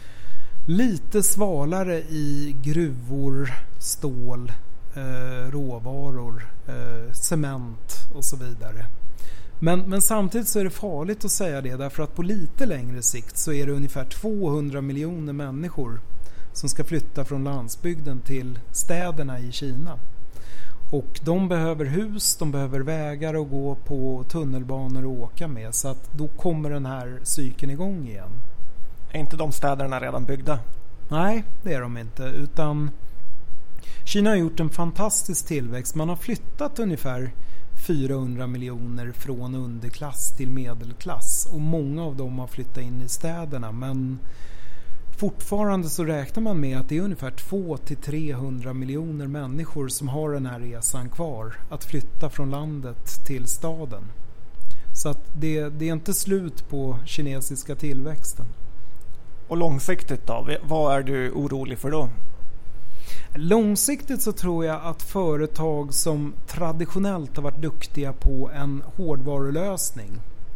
lite svalare i gruvor, stål, eh, råvaror, eh, cement och så vidare. Men, men samtidigt så är det farligt att säga det därför att på lite längre sikt så är det ungefär tvåhundra miljoner människor som ska flytta från landsbygden till städerna i Kina. Och de behöver hus, de behöver vägar att gå på, tunnelbanor och åka med. Så att då kommer den här cykeln igång igen. Är inte de städerna redan byggda? Nej, det är de inte. Utan Kina har gjort en fantastisk tillväxt. Man har flyttat ungefär fyrahundra miljoner från underklass till medelklass. Och många av dem har flyttat in i städerna. Men fortfarande så räknar man med att det är ungefär tvåhundra till trehundra miljoner människor som har den här resan kvar. Att flytta från landet till staden. Så att det, det är inte slut på kinesiska tillväxten. Och långsiktigt då? Vad är du orolig för då? Långsiktigt så tror jag att företag som traditionellt har varit duktiga på en hårdvarulösning,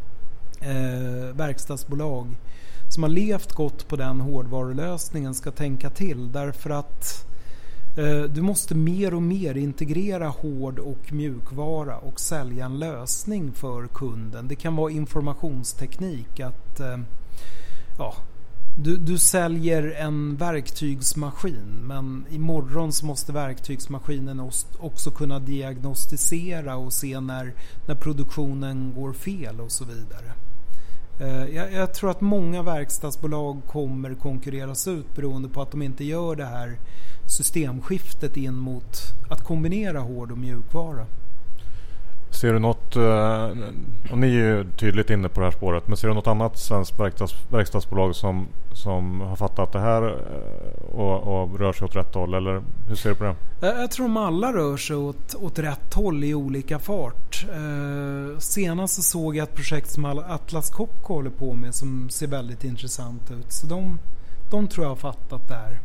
eh, verkstadsbolag som har levt gott på den hårdvarulösningen ska tänka till därför att eh, du måste mer och mer integrera hård- och mjukvara och sälja en lösning för kunden. Det kan vara informationsteknik att eh, ja, du, du säljer en verktygsmaskin men imorgon så måste verktygsmaskinen också kunna diagnostisera och se när, när produktionen går fel och så vidare. Jag, jag tror att många verkstadsbolag kommer konkurreras ut beroende på att de inte gör det här systemskiftet in mot att kombinera hård- och mjukvara. Ser du något, och ni är ju tydligt inne på det här spåret, men ser du något annat svenskt verkstads, verkstadsbolag som, som har fattat det här och, och rör sig åt rätt håll, eller hur ser du på det? Jag tror de alla rör sig åt, åt rätt håll i olika fart. Eh, senast så såg jag ett projekt som Atlas Copco håller på med som ser väldigt intressant ut. Så de, de tror jag har fattat det här.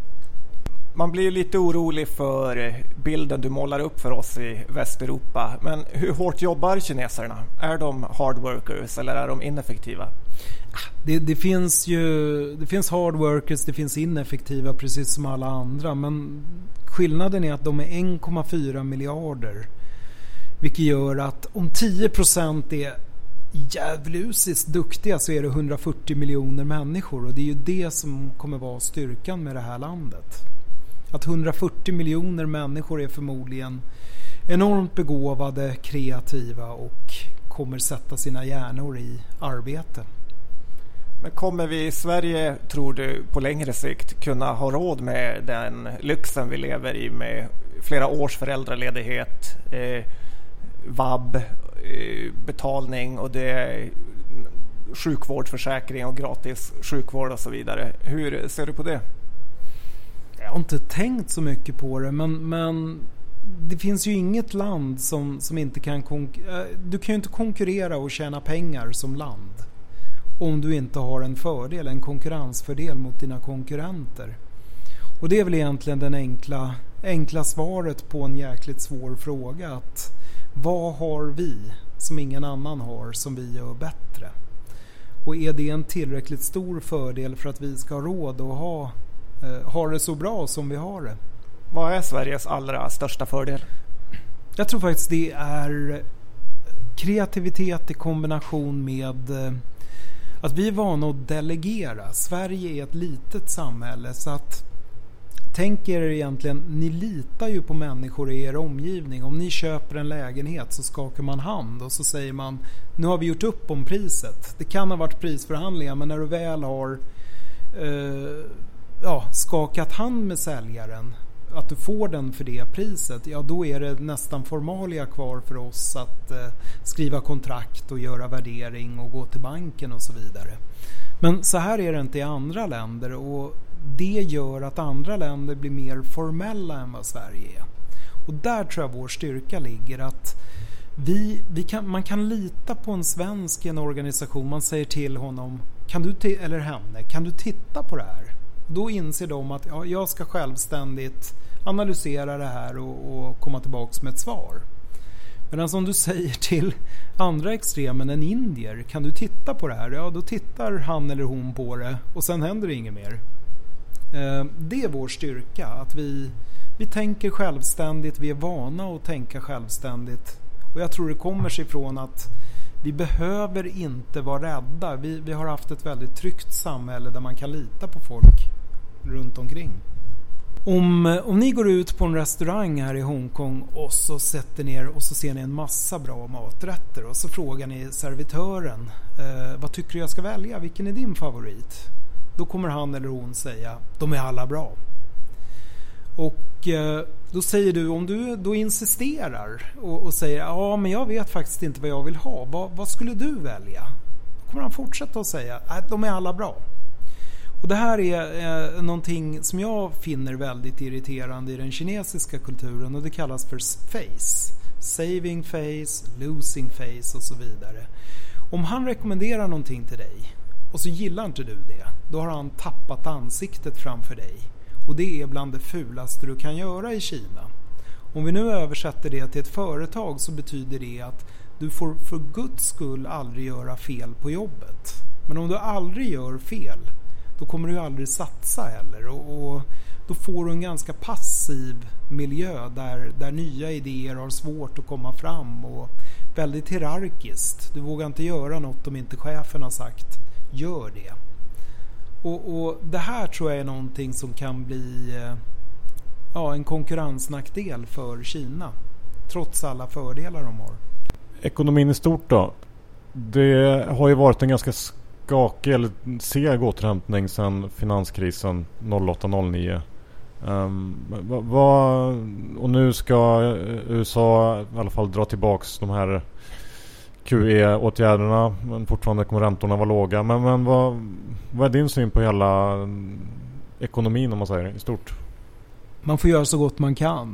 Man blir lite orolig för bilden du målar upp för oss i Västeuropa. Men hur hårt jobbar kineserna? Är de hard workers eller är de ineffektiva? Det, det finns ju det finns hard workers, det finns ineffektiva precis som alla andra. Men skillnaden är att de är en komma fyra miljarder. Vilket gör att om tio procent är jävlusiskt duktiga så är det hundrafyrtio miljoner människor. Och det är ju det som kommer vara styrkan med det här landet. Att hundrafyrtio miljoner människor är förmodligen enormt begåvade, kreativa och kommer sätta sina hjärnor i arbete. Men kommer vi i Sverige, tror du, på längre sikt kunna ha råd med den lyxen vi lever i med flera års föräldraledighet, eh, vab, eh, betalning och det sjukvårdsförsäkring och gratis sjukvård och så vidare? Hur ser du på det? Jag har inte tänkt så mycket på det, men, men det finns ju inget land som, som inte kan konkurrera. Du kan ju inte konkurrera och tjäna pengar som land om du inte har en fördel, en konkurrensfördel mot dina konkurrenter. Och det är väl egentligen den enkla, enkla svaret på en jäkligt svår fråga. Att vad har vi som ingen annan har som vi gör bättre? Och är det en tillräckligt stor fördel för att vi ska ha råd att ha har det så bra som vi har det? Vad är Sveriges allra största fördel? Jag tror faktiskt det är kreativitet i kombination med att vi är vana att delegera. Sverige är ett litet samhälle så att tänk er egentligen, ni litar ju på människor i er omgivning. Om ni köper en lägenhet så skakar man hand och så säger man nu har vi gjort upp om priset. Det kan ha varit prisförhandlingar men när du väl har eh, ja, skakat hand med säljaren att du får den för det priset, ja då är det nästan formalia kvar för oss att eh, skriva kontrakt och göra värdering och gå till banken och så vidare. Men så här är det inte i andra länder och det gör att andra länder blir mer formella än vad Sverige är. Och där tror jag vår styrka ligger, att vi, vi kan, man kan lita på en svensk i en organisation. Man säger till honom, kan du t- eller henne, kan du titta på det här? Då inser de att ja, jag ska självständigt analysera det här och, och komma tillbaka med ett svar. Medan som du säger till andra extremen, en indier, kan du titta på det här? Ja, då tittar han eller hon på det och sen händer det inget mer. Eh, det är vår styrka, att vi, vi tänker självständigt, vi är vana att tänka självständigt. Och jag tror det kommer sig ifrån att vi behöver inte vara rädda. Vi, vi har haft ett väldigt tryggt samhälle där man kan lita på folk runt omkring. Om, om ni går ut på en restaurang här i Hongkong och så sätter ner och så ser ni en massa bra maträtter och så frågar ni servitören, eh, vad tycker du jag ska välja? Vilken är din favorit? Då kommer han eller hon säga, de är alla bra. Och eh, då säger du, om du då insisterar och, och säger, ja men jag vet faktiskt inte vad jag vill ha. Vad, vad skulle du välja? Då kommer han fortsätta att säga, nej de är alla bra. Och det här är eh, någonting som jag finner väldigt irriterande i den kinesiska kulturen, och det kallas för face. Saving face, losing face och så vidare. Om han rekommenderar någonting till dig och så gillar inte du det, då har han tappat ansiktet framför dig. Och det är bland det fulaste du kan göra i Kina. Om vi nu översätter det till ett företag så betyder det att du får för guds skull aldrig göra fel på jobbet. Men om du aldrig gör fel, då kommer du aldrig satsa heller. Och, och då får du en ganska passiv miljö där, där nya idéer har svårt att komma fram. Och väldigt hierarkiskt. Du vågar inte göra något om inte chefen har sagt, gör det. Och, och det här tror jag är någonting som kan bli ja, en konkurrensnackdel för Kina. Trots alla fördelar de har. Ekonomin i stort då? Det har ju varit en ganska skakig eller seg återhämtning sedan finanskrisen noll åtta noll nio. Um, va, va, och nu ska U S A i alla fall dra tillbaks de här Q E-åtgärderna, men fortfarande kommer räntorna vara låga. Men, men vad, vad är din syn på hela ekonomin om man säger i stort? Man får göra så gott man kan.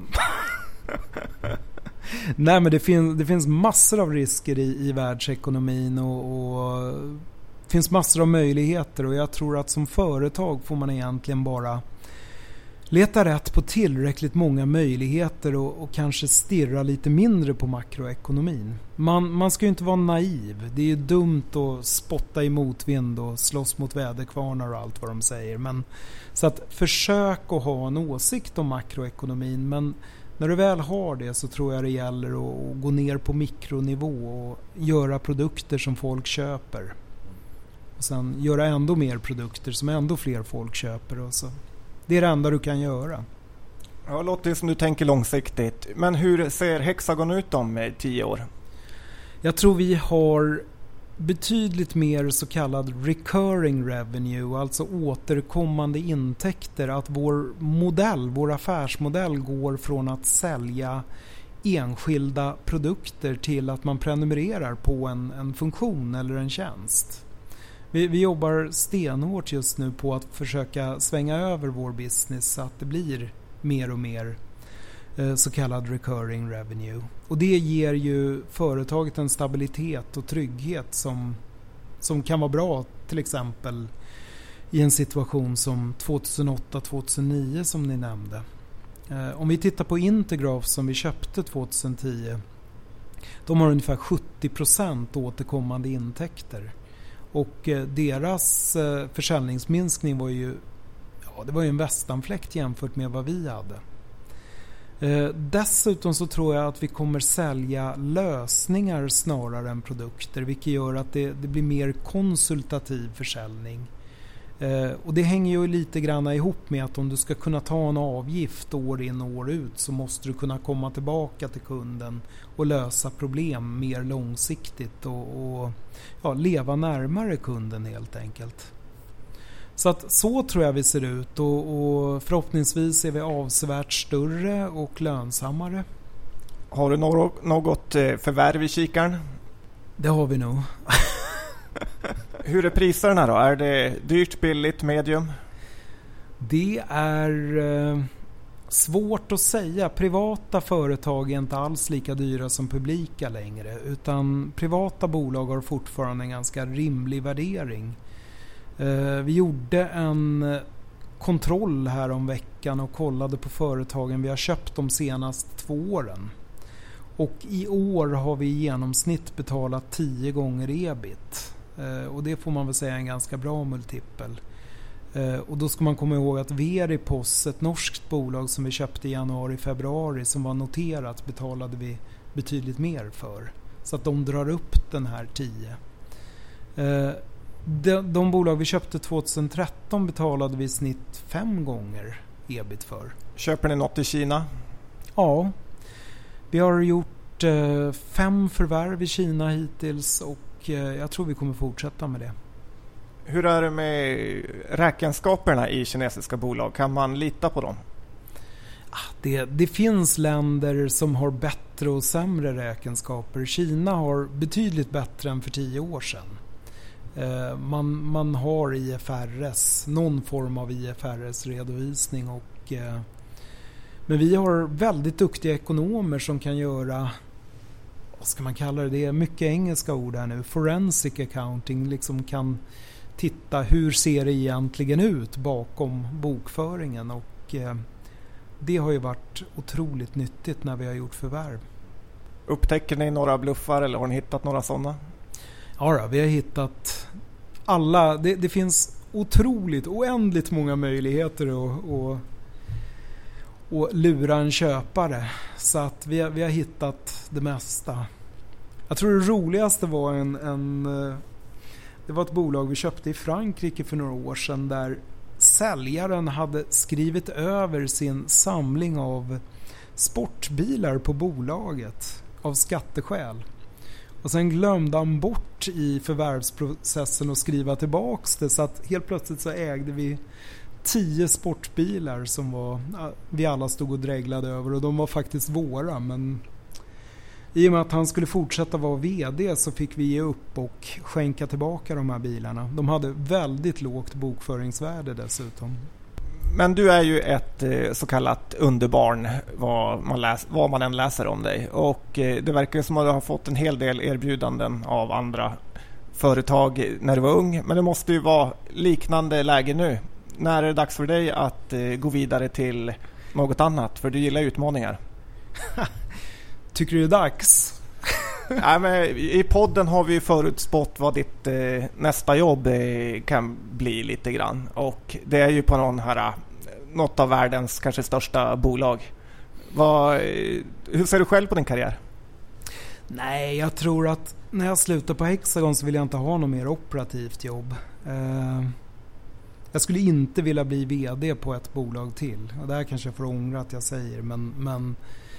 Nej, men det, fin- det finns massor av risker i, i världsekonomin och, och det finns massor av möjligheter, och jag tror att som företag får man egentligen bara leta rätt på tillräckligt många möjligheter och, och kanske stirra lite mindre på makroekonomin. Man, man ska ju inte vara naiv. Det är ju dumt att spotta i motvind och slåss mot väderkvarnar och allt vad de säger. Men, så att försök att ha en åsikt om makroekonomin, men när du väl har det så tror jag det gäller att, att gå ner på mikronivå och göra produkter som folk köper. Och sen göra ändå mer produkter som ändå fler folk köper och så. Det är det enda du kan göra. Ja, det låter som du tänker långsiktigt. Men hur ser Hexagon ut om tio år? Jag tror vi har betydligt mer så kallad recurring revenue, alltså återkommande intäkter. Att vår modell, vår affärsmodell går från att sälja enskilda produkter till att man prenumererar på en, en funktion eller en tjänst. Vi, vi jobbar stenhårt just nu på att försöka svänga över vår business så att det blir mer och mer eh, så kallad recurring revenue. Och det ger ju företaget en stabilitet och trygghet som, som kan vara bra, till exempel i en situation som tjugohundraåtta tjugohundranio som ni nämnde. Eh, om vi tittar på Intergraph som vi köpte tjugohundratio, de har ungefär sjuttio procent återkommande intäkter. Och deras försäljningsminskning var ju, ja, det var ju en västanfläkt jämfört med vad vi hade. Dessutom så tror jag att vi kommer sälja lösningar snarare än produkter, vilket gör att det, det blir mer konsultativ försäljning. Och det hänger ju lite grann ihop med att om du ska kunna ta en avgift år in och år ut så måste du kunna komma tillbaka till kunden och lösa problem mer långsiktigt och, och ja, leva närmare kunden helt enkelt. Så att så tror jag vi ser ut, och, och förhoppningsvis är vi avsevärt större och lönsammare. Har du något, något förvärv i kikaren? Det har vi nog. Hur är priserna då? Är det dyrt, billigt, medium? Det är... Svårt att säga. Privata företag är inte alls lika dyra som publika längre. Utan privata bolag har fortfarande en ganska rimlig värdering. Vi gjorde en kontroll här om veckan och kollade på företagen vi har köpt de senaste två åren. Och i år har vi i genomsnitt betalat tio gånger ebit. Och det får man väl säga är en ganska bra multipel. Och då ska man komma ihåg att Veripos, ett norskt bolag som vi köpte i januari-februari som var noterat, betalade vi betydligt mer för. Så att de drar upp den här tio. De, de bolag vi köpte tjugohundratretton betalade vi i snitt fem gånger ebit för. Köper ni något i Kina? Ja, vi har gjort eh, fem förvärv i Kina hittills och eh, jag tror vi kommer fortsätta med det. Hur är det med räkenskaperna i kinesiska bolag? Kan man lita på dem? Det, det finns länder som har bättre och sämre räkenskaper. Kina har betydligt bättre än för tio år sedan. Man, man har I F R S, någon form av I F R S-redovisning. Och, eh, men vi har väldigt duktiga ekonomer som kan göra, vad ska man kalla det, det är mycket engelska ord här nu, forensic accounting, liksom kan titta hur ser det egentligen ut bakom bokföringen. Och eh, det har ju varit otroligt nyttigt när vi har gjort förvärv. Upptäcker ni några bluffar eller har ni hittat några sådana? Ja då, vi har hittat alla. Det, det finns otroligt, oändligt många möjligheter att, att, att lura en köpare. Så att vi, vi har hittat det mesta. Jag tror det roligaste var en, en det var ett bolag vi köpte i Frankrike för några år sedan där säljaren hade skrivit över sin samling av sportbilar på bolaget av skatteskäl. Och sen glömde han bort i förvärvsprocessen att skriva tillbaks det, så att helt plötsligt så ägde vi tio sportbilar som var, vi alla stod och dreglade över, och de var faktiskt våra, men i och med att han skulle fortsätta vara vd så fick vi ge upp och skänka tillbaka de här bilarna. De hade väldigt lågt bokföringsvärde dessutom. Men du är ju ett så kallat underbarn vad man, läs, vad man än läser om dig. Och det verkar som att du har fått en hel del erbjudanden av andra företag när du var ung. Men det måste ju vara liknande läge nu. När är det dags för dig att gå vidare till något annat? För du gillar utmaningar. Tycker du det är dags? Nej, men i podden har vi förutspått vad ditt eh, nästa jobb eh, kan bli lite grann. Och det är ju på någon här, något av världens kanske största bolag. Vad, eh, hur ser du själv på din karriär? Nej, jag tror att när jag slutar på Hexagon så vill jag inte ha något mer operativt jobb. Eh, jag skulle inte vilja bli vd på ett bolag till. Och det här kanske jag får ångra att jag säger, men... men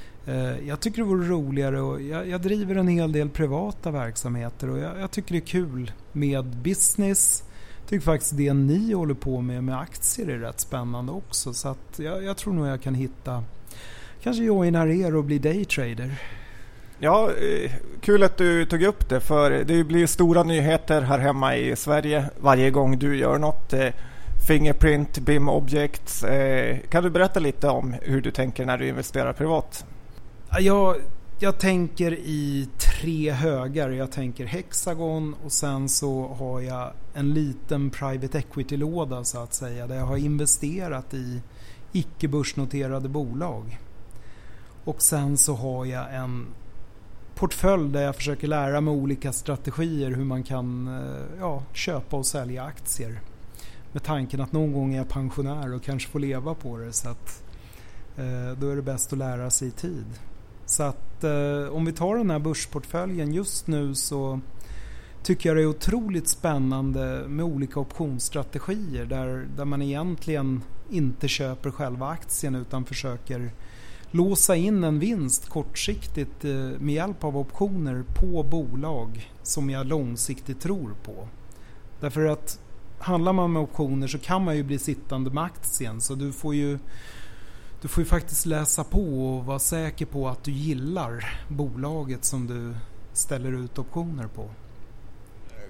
jag tycker det vore roligare, och jag, jag driver en hel del privata verksamheter och jag, jag tycker det är kul med business. Jag tycker faktiskt det ni håller på med med aktier är rätt spännande också, så att jag, jag tror nog jag kan hitta, kanske joina er och bli daytrader. Ja, kul att du tog upp det, för det blir stora nyheter här hemma i Sverige varje gång du gör något. Fingerprint, B I M Objects. Kan du berätta lite om hur du tänker när du investerar privat? Jag, jag tänker i tre högar. Jag tänker Hexagon och sen så har jag en liten private equity-låda så att säga, där jag har investerat i icke-börsnoterade bolag. Och sen så har jag en portfölj där jag försöker lära mig olika strategier hur man kan ja, köpa och sälja aktier. Med tanken att någon gång är jag pensionär och kanske får leva på det, så att eh, då är det bäst att lära sig i tid. Så att eh, om vi tar den här börsportföljen just nu, så tycker jag det är otroligt spännande med olika optionsstrategier där, där man egentligen inte köper själva aktien utan försöker låsa in en vinst kortsiktigt eh, med hjälp av optioner på bolag som jag långsiktigt tror på. Därför att handlar man med optioner så kan man ju bli sittande med aktien, så du får ju du får ju faktiskt läsa på och vara säker på att du gillar bolaget som du ställer ut optioner på.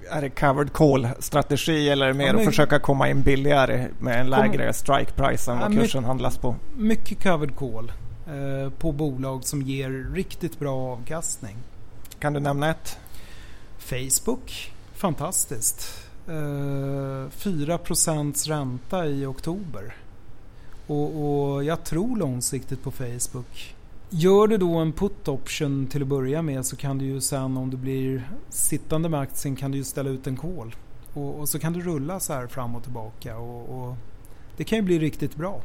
Är det covered call-strategi eller mer ja, men, att försöka komma in billigare med en lägre kom, strike price än vad ja, kursen my, handlas på? Mycket covered call eh, på bolag som ger riktigt bra avkastning. Kan du nämna ett? Facebook, fantastiskt. Eh, fyra procent ränta i oktober. Och, och jag tror långsiktigt på Facebook. Gör du då en put option till att börja med så kan du ju sen om du blir sittande med aktien kan du ju ställa ut en call. Och, och så kan du rulla så här fram och tillbaka och, och det kan ju bli riktigt bra.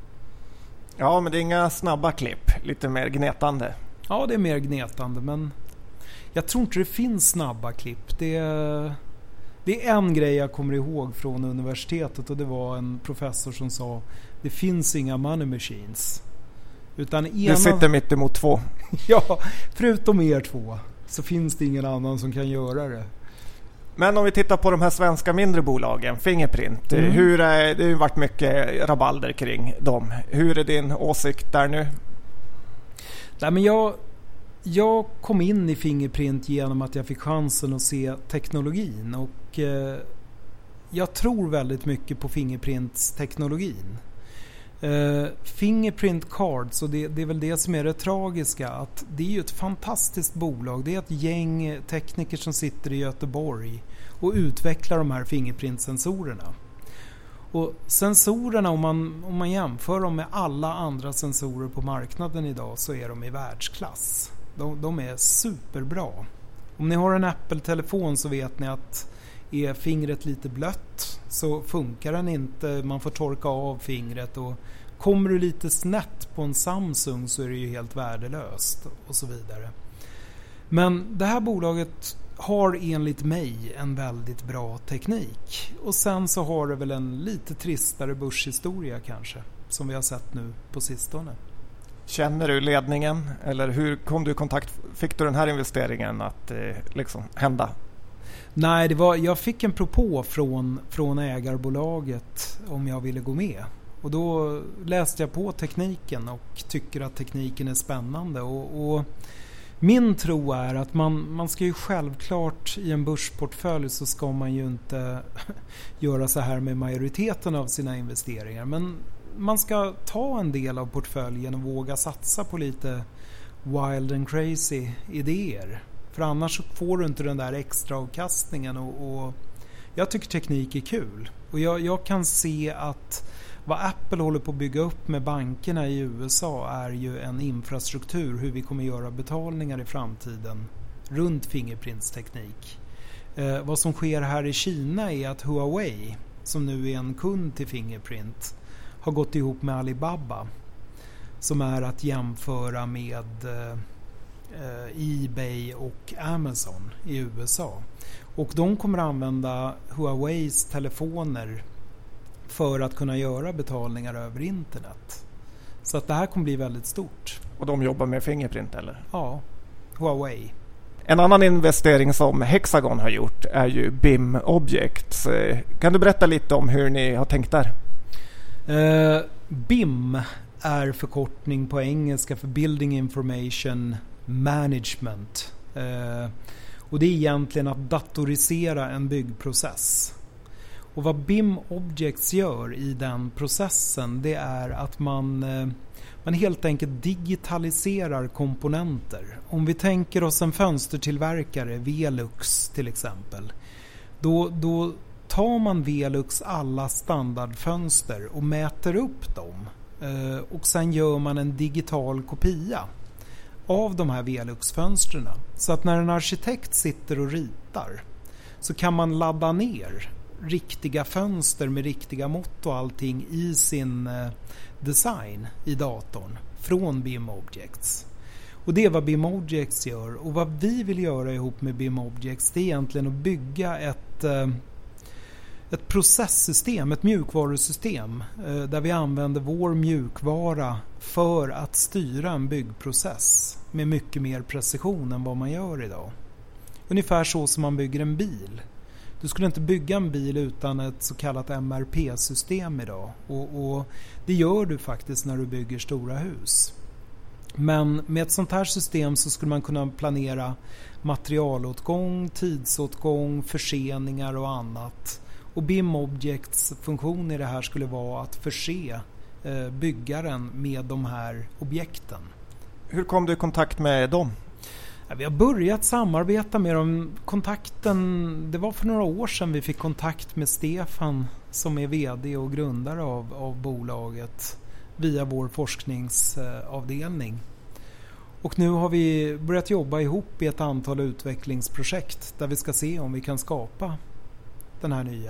Ja, men det är inga snabba klipp. Lite mer gnetande. Ja, det är mer gnetande men jag tror inte det finns snabba klipp. Det är, det är en grej jag kommer ihåg från universitetet och det var en professor som sa det finns inga money machines. Utan ena... Du sitter mitt emot två. Ja, förutom er två så finns det ingen annan som kan göra det. Men om vi tittar på de här svenska mindre bolagen, Fingerprint. Mm. Hur är, det har ju varit mycket rabalder kring dem. Hur är din åsikt där nu? Nej, men jag, jag kom in i Fingerprint genom att jag fick chansen att se teknologin. Och eh, jag tror väldigt mycket på Fingerprints teknologin. Uh, Fingerprint Cards och det, det är väl det som är det tragiska att det är ju ett fantastiskt bolag. Det är ett gäng tekniker som sitter i Göteborg och utvecklar de här Fingerprint-sensorerna. Och sensorerna om man, om man jämför dem med alla andra sensorer på marknaden idag så är de i världsklass. De, de är superbra. Om ni har en Apple-telefon så vet ni att är fingret lite blött så funkar den inte, man får torka av fingret och kommer du lite snett på en Samsung så är det ju helt värdelöst och så vidare. Men det här bolaget har enligt mig en väldigt bra teknik och sen så har det väl en lite tristare börshistoria kanske som vi har sett nu på sistone. Känner du ledningen eller hur kom du i kontakt, fick du den här investeringen att eh, liksom hända? Nej, det var, jag fick en propå från, från ägarbolaget om jag ville gå med. Och då läste jag på tekniken och tycker att tekniken är spännande. Och, och min tro är att man, man ska ju självklart i en börsportfölj så ska man ju inte göra så här med majoriteten av sina investeringar. Men man ska ta en del av portföljen och våga satsa på lite wild and crazy idéer. För annars får du inte den där extra avkastningen och, och jag tycker teknik är kul. Och jag, jag kan se att vad Apple håller på att bygga upp med bankerna i U S A är ju en infrastruktur hur vi kommer göra betalningar i framtiden runt Fingerprintsteknik. Eh, vad som sker här i Kina är att Huawei, som nu är en kund till Fingerprint, har gått ihop med Alibaba som är att jämföra med eh, eBay och Amazon i U S A. Och de kommer att använda Huaweis telefoner för att kunna göra betalningar över internet. Så att det här kommer bli väldigt stort. Och de jobbar med Fingerprint eller? Ja, Huawei. En annan investering som Hexagon har gjort är ju B I M Objects. Kan du berätta lite om hur ni har tänkt där? Uh, B I M är förkortning på engelska för Building Information Management. Uh, och det är egentligen att datorisera en byggprocess. Och vad B I M Objects gör i den processen, det är att man, uh, man helt enkelt digitaliserar komponenter. Om vi tänker oss en fönstertillverkare, Velux till exempel, då, då tar man Velux alla standardfönster och mäter upp dem. Uh, och sen gör man en digital kopia av de här Velux-fönstren. Så att när en arkitekt sitter och ritar så kan man ladda ner riktiga fönster med riktiga mått och allting i sin eh, design i datorn från B I M Objects. Och det är vad B I M Objects gör. Och vad vi vill göra ihop med B I M Objects, det är egentligen att bygga ett eh, ett processsystem, ett mjukvarusystem eh, där vi använder vår mjukvara för att styra en byggprocess med mycket mer precision än vad man gör idag. Ungefär så som man bygger en bil. Du skulle inte bygga en bil utan ett så kallat M R P-system idag. Och, och det gör du faktiskt när du bygger stora hus. Men med ett sånt här system så skulle man kunna planera materialåtgång, tidsåtgång, förseningar och annat. Och B I M Objects funktion i det här skulle vara att förse eh, byggaren med de här objekten. Hur kom du i kontakt med dem? Ja, vi har börjat samarbeta med dem. Kontakten, det var för några år sedan vi fick kontakt med Stefan som är vd och grundare av, av bolaget via vår forskningsavdelning. Och nu har vi börjat jobba ihop i ett antal utvecklingsprojekt där vi ska se om vi kan skapa den här nya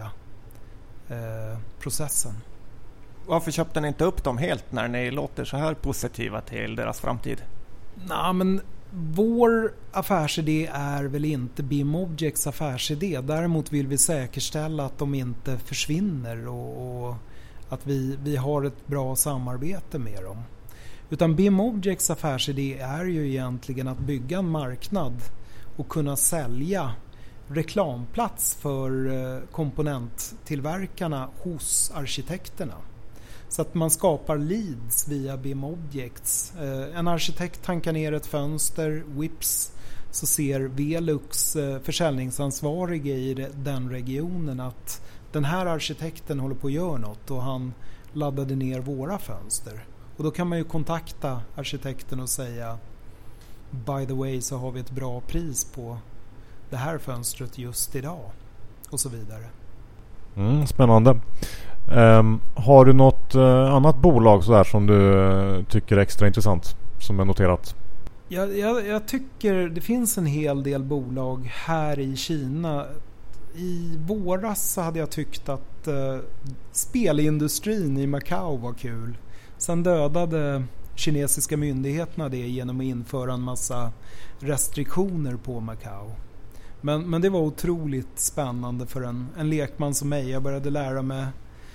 eh, processen. Varför köpte ni inte upp dem helt när ni låter så här positiva till deras framtid? Nej, men vår affärsidé är väl inte B I M Objects affärsidé. Däremot vill vi säkerställa att de inte försvinner och, och att vi, vi har ett bra samarbete med dem. Utan B I M Objects affärsidé är ju egentligen att bygga en marknad och kunna sälja reklamplats för komponenttillverkarna hos arkitekterna. Så att man skapar leads via B I M Objects. En arkitekt tankar ner ett fönster, whips, så ser Velux försäljningsansvarige i den regionen att den här arkitekten håller på att göra något och han laddade ner våra fönster. Och då kan man ju kontakta arkitekten och säga by the way så har vi ett bra pris på det här fönstret just idag och så vidare. Mm, spännande. Um, har du något uh, annat bolag så där som du uh, tycker är extra intressant som är noterat? Jag, jag, jag tycker det finns en hel del bolag här i Kina. I våras så hade jag tyckt att uh, spelindustrin i Macau var kul. Sen dödade kinesiska myndigheterna det genom att införa en massa restriktioner på Macau. Men, men det var otroligt spännande för en, en lekman som mig. Jag började lära mig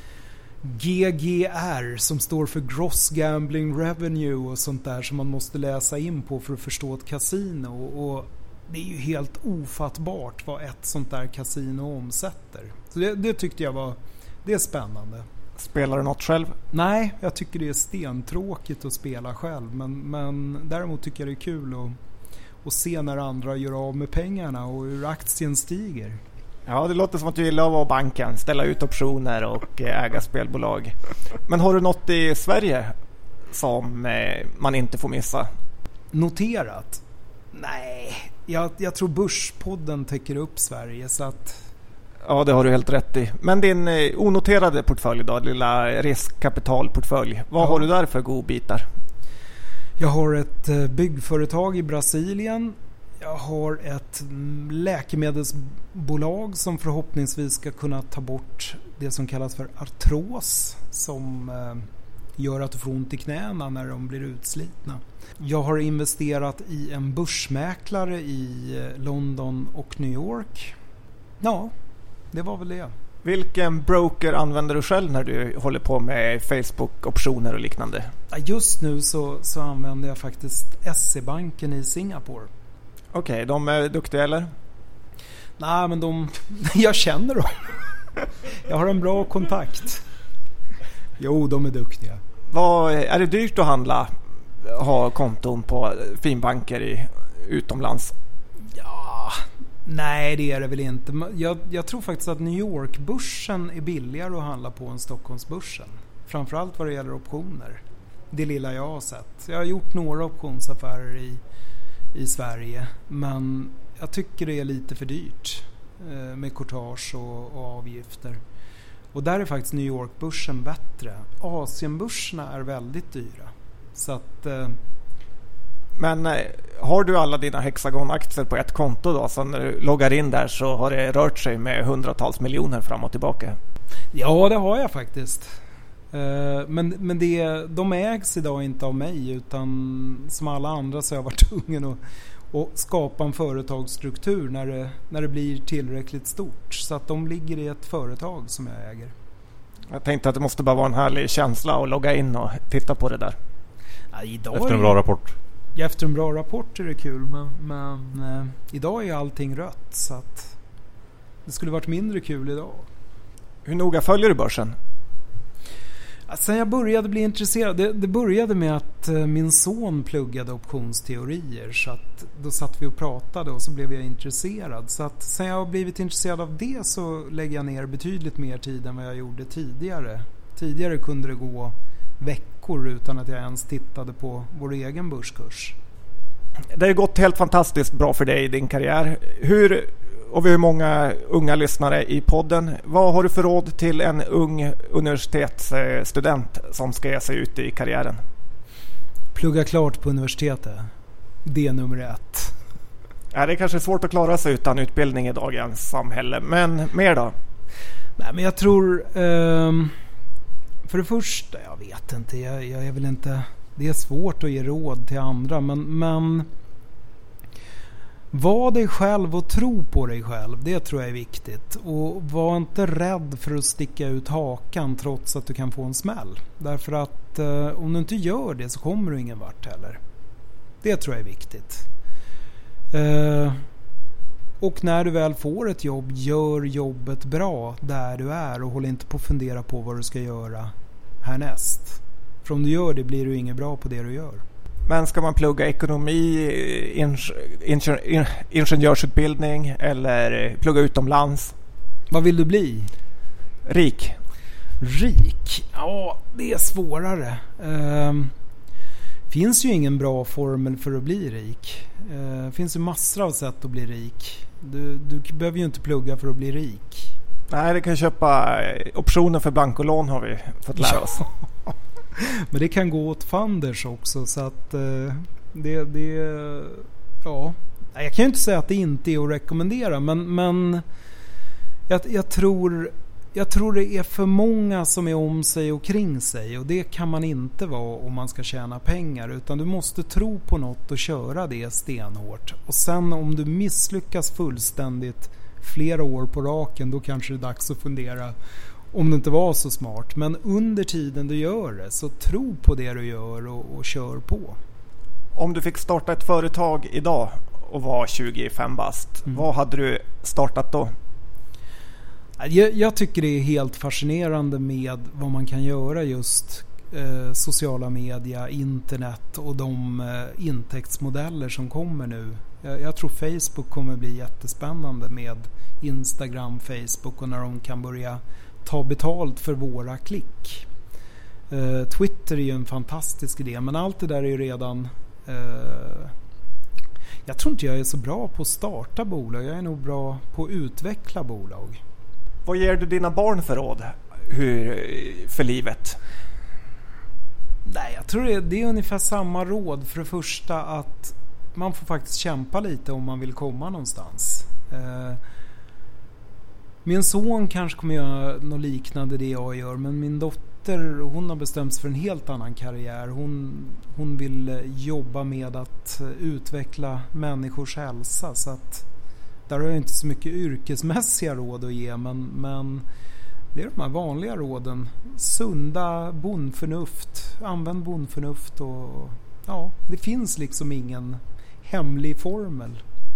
G G R som står för Gross Gambling Revenue och sånt där som man måste läsa in på för att förstå ett kasino. Och det är ju helt ofattbart vad ett sånt där kasino omsätter. Så det, det tyckte jag var det är spännande. Spelar du något själv? Nej, jag tycker det är stentråkigt att spela själv. Men, men däremot tycker jag det är kul att, att se när andra gör av med pengarna och hur aktien stiger. Ja, det låter som att du gillar att vara banken, ställa ut optioner och äga spelbolag. Men har du något i Sverige som man inte får missa? Noterat? Nej, jag, jag tror Börspodden täcker upp Sverige så att... Ja, det har du helt rätt i. Men din onoterade portfölj då, lilla riskkapitalportfölj. Vad ja. har du där för godbitar? Jag har ett byggföretag i Brasilien. Jag har ett läkemedelsbolag som förhoppningsvis ska kunna ta bort det som kallas för artros som gör att du får ont i knäna när de blir utslitna. Jag har investerat i en börsmäklare i London och New York. Ja, det var väl det. Vilken broker använder du själv när du håller på med Facebook-optioner och liknande? Just nu så, så använder jag faktiskt S E-banken i Singapore. Okej, okay, de är duktiga eller? Nej, men de... jag känner dem. Jag har en bra kontakt. Jo, de är duktiga. Vad, är det dyrt att handla, ha konton på finbanker i, utomlands? Ja, nej det är det väl inte. Jag, jag tror faktiskt att New York-börsen är billigare att handla på än Stockholmsbörsen. Framförallt vad det gäller optioner. Det lilla jag har sett. Jag har gjort några optionsaffärer i i Sverige, men jag tycker det är lite för dyrt eh, med courtage och, och avgifter. Och där är faktiskt New York-börsen bättre. Asienbörserna är väldigt dyra. Så att, eh, men eh, har du alla dina Hexagon-aktier på ett konto då? Så när du loggar in där så har det rört sig med hundratals miljoner fram och tillbaka? Ja, det har jag faktiskt. Men, men det, de ägs idag inte av mig utan som alla andra så har jag varit tvungen att, att skapa en företagsstruktur när det, när det blir tillräckligt stort. Så att de ligger i ett företag som jag äger. Jag tänkte att det måste bara vara en härlig känsla att logga in och titta på det där. Ja, idag efter en bra rapport. Ja, efter en bra rapport är det kul. Men, men eh, idag är allting rött så att det skulle varit mindre kul idag. Hur noga följer du börsen? Sen jag började bli intresserad, det, det började med att min son pluggade optionsteorier, så att då satt vi och pratade och så blev jag intresserad. Så att sen jag har blivit intresserad av det så lägger jag ner betydligt mer tid än vad jag gjorde tidigare. Tidigare kunde det gå veckor utan att jag ens tittade på vår egen börskurs. Det har gått helt fantastiskt bra för dig i din karriär. Hur, och vi har många unga lyssnare i podden. Vad har du för råd till en ung universitetsstudent som ska ge sig ut i karriären? Plugga klart på universitetet. Det är nummer ett. Ja, det är kanske svårt att klara sig utan utbildning i dagens samhälle. Men mer då? Nej, men jag tror... Eh, för det första, jag vet inte. Jag, jag är väl inte... Det är svårt att ge råd till andra. Men... men var dig själv och tro på dig själv. Det tror jag är viktigt. Och var inte rädd för att sticka ut hakan trots att du kan få en smäll. Därför att eh, om du inte gör det så kommer du ingen vart heller. Det tror jag är viktigt. Eh, och när du väl får ett jobb, gör jobbet bra där du är. Och håll inte på att fundera på vad du ska göra härnäst. För om du gör det blir du inget bra på det du gör. Men ska man plugga ekonomi, ingenjör, ingenjörsutbildning eller plugga utomlands? Vad vill du bli? Rik. Rik? Ja, det är svårare. Uh, finns ju ingen bra formel för att bli rik. Uh, finns ju massor av sätt att bli rik. Du, du behöver ju inte plugga för att bli rik. Nej, du kan köpa optioner för bankolån har vi fått lära oss. Men det kan gå åt fanders också, så att eh, det, det ja, jag kan ju inte säga att det inte är att rekommendera, men, men jag, jag tror jag tror det är för många som är om sig och kring sig, och det kan man inte vara om man ska tjäna pengar, utan du måste tro på något och köra det stenhårt. Och sen om du misslyckas fullständigt flera år på raken, då kanske det är dags att fundera om det inte var så smart. Men under tiden du gör det, så tro på det du gör och, och kör på. Om du fick starta ett företag idag och var tjugofem bast, mm. vad hade du startat då? Jag, jag tycker det är helt fascinerande med vad man kan göra just eh, sociala media, internet och de eh, intäktsmodeller som kommer nu. Jag, jag tror Facebook kommer bli jättespännande med Instagram, Facebook, och när de kan börja ta betalt för våra klick. Uh, Twitter är ju en fantastisk idé, men allt det där är ju redan... Uh, jag tror inte jag är så bra på att starta bolag. Jag är nog bra på att utveckla bolag. Vad ger du dina barn för råd hur, för livet? Nej, jag tror det, det är ungefär samma råd. För det första att man får faktiskt kämpa lite om man vill komma någonstans. Uh, Min son kanske kommer göra något liknande det jag gör, men min dotter, hon har bestämt sig för en helt annan karriär. Hon, hon vill jobba med att utveckla människors hälsa, så att där har jag inte så mycket yrkesmässiga råd att ge, men, men det är de här vanliga råden. Sunda bondförnuft, använd bondförnuft, och ja, det finns liksom ingen hemlig formel,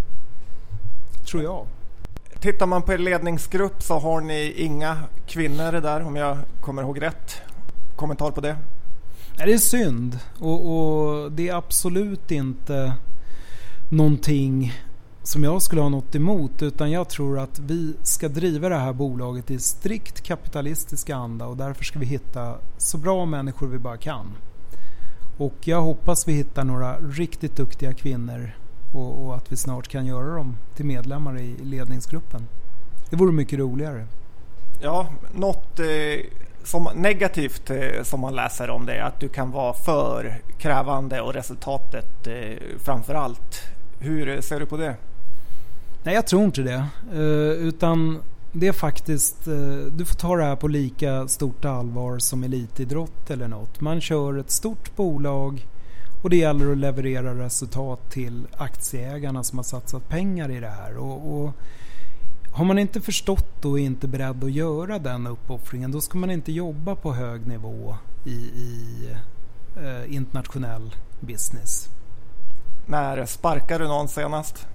tror jag. Tittar man på er ledningsgrupp så har ni inga kvinnor där, om jag kommer ihåg rätt. Kommentar på det? Det är synd, och, och det är absolut inte någonting som jag skulle ha något emot, utan jag tror att vi ska driva det här bolaget i strikt kapitalistiska anda, och därför ska vi hitta så bra människor vi bara kan. Och jag hoppas vi hittar några riktigt duktiga kvinnor, och, och att vi snart kan göra dem till medlemmar i ledningsgruppen. Det vore mycket roligare. Ja, något eh, som negativt eh, som man läser om det är att du kan vara för krävande och resultatet eh, framför allt. Hur ser du på det? Nej, jag tror inte det. Uh, utan det är faktiskt, uh, du får ta det här på lika stort allvar som elitidrott eller något. Man kör ett stort bolag, och det gäller att leverera resultat till aktieägarna som har satsat pengar i det här. Och, och har man inte förstått och är inte beredd att göra den uppoffringen, då ska man inte jobba på hög nivå i, i uh, internationell business. När sparkar du någon senast?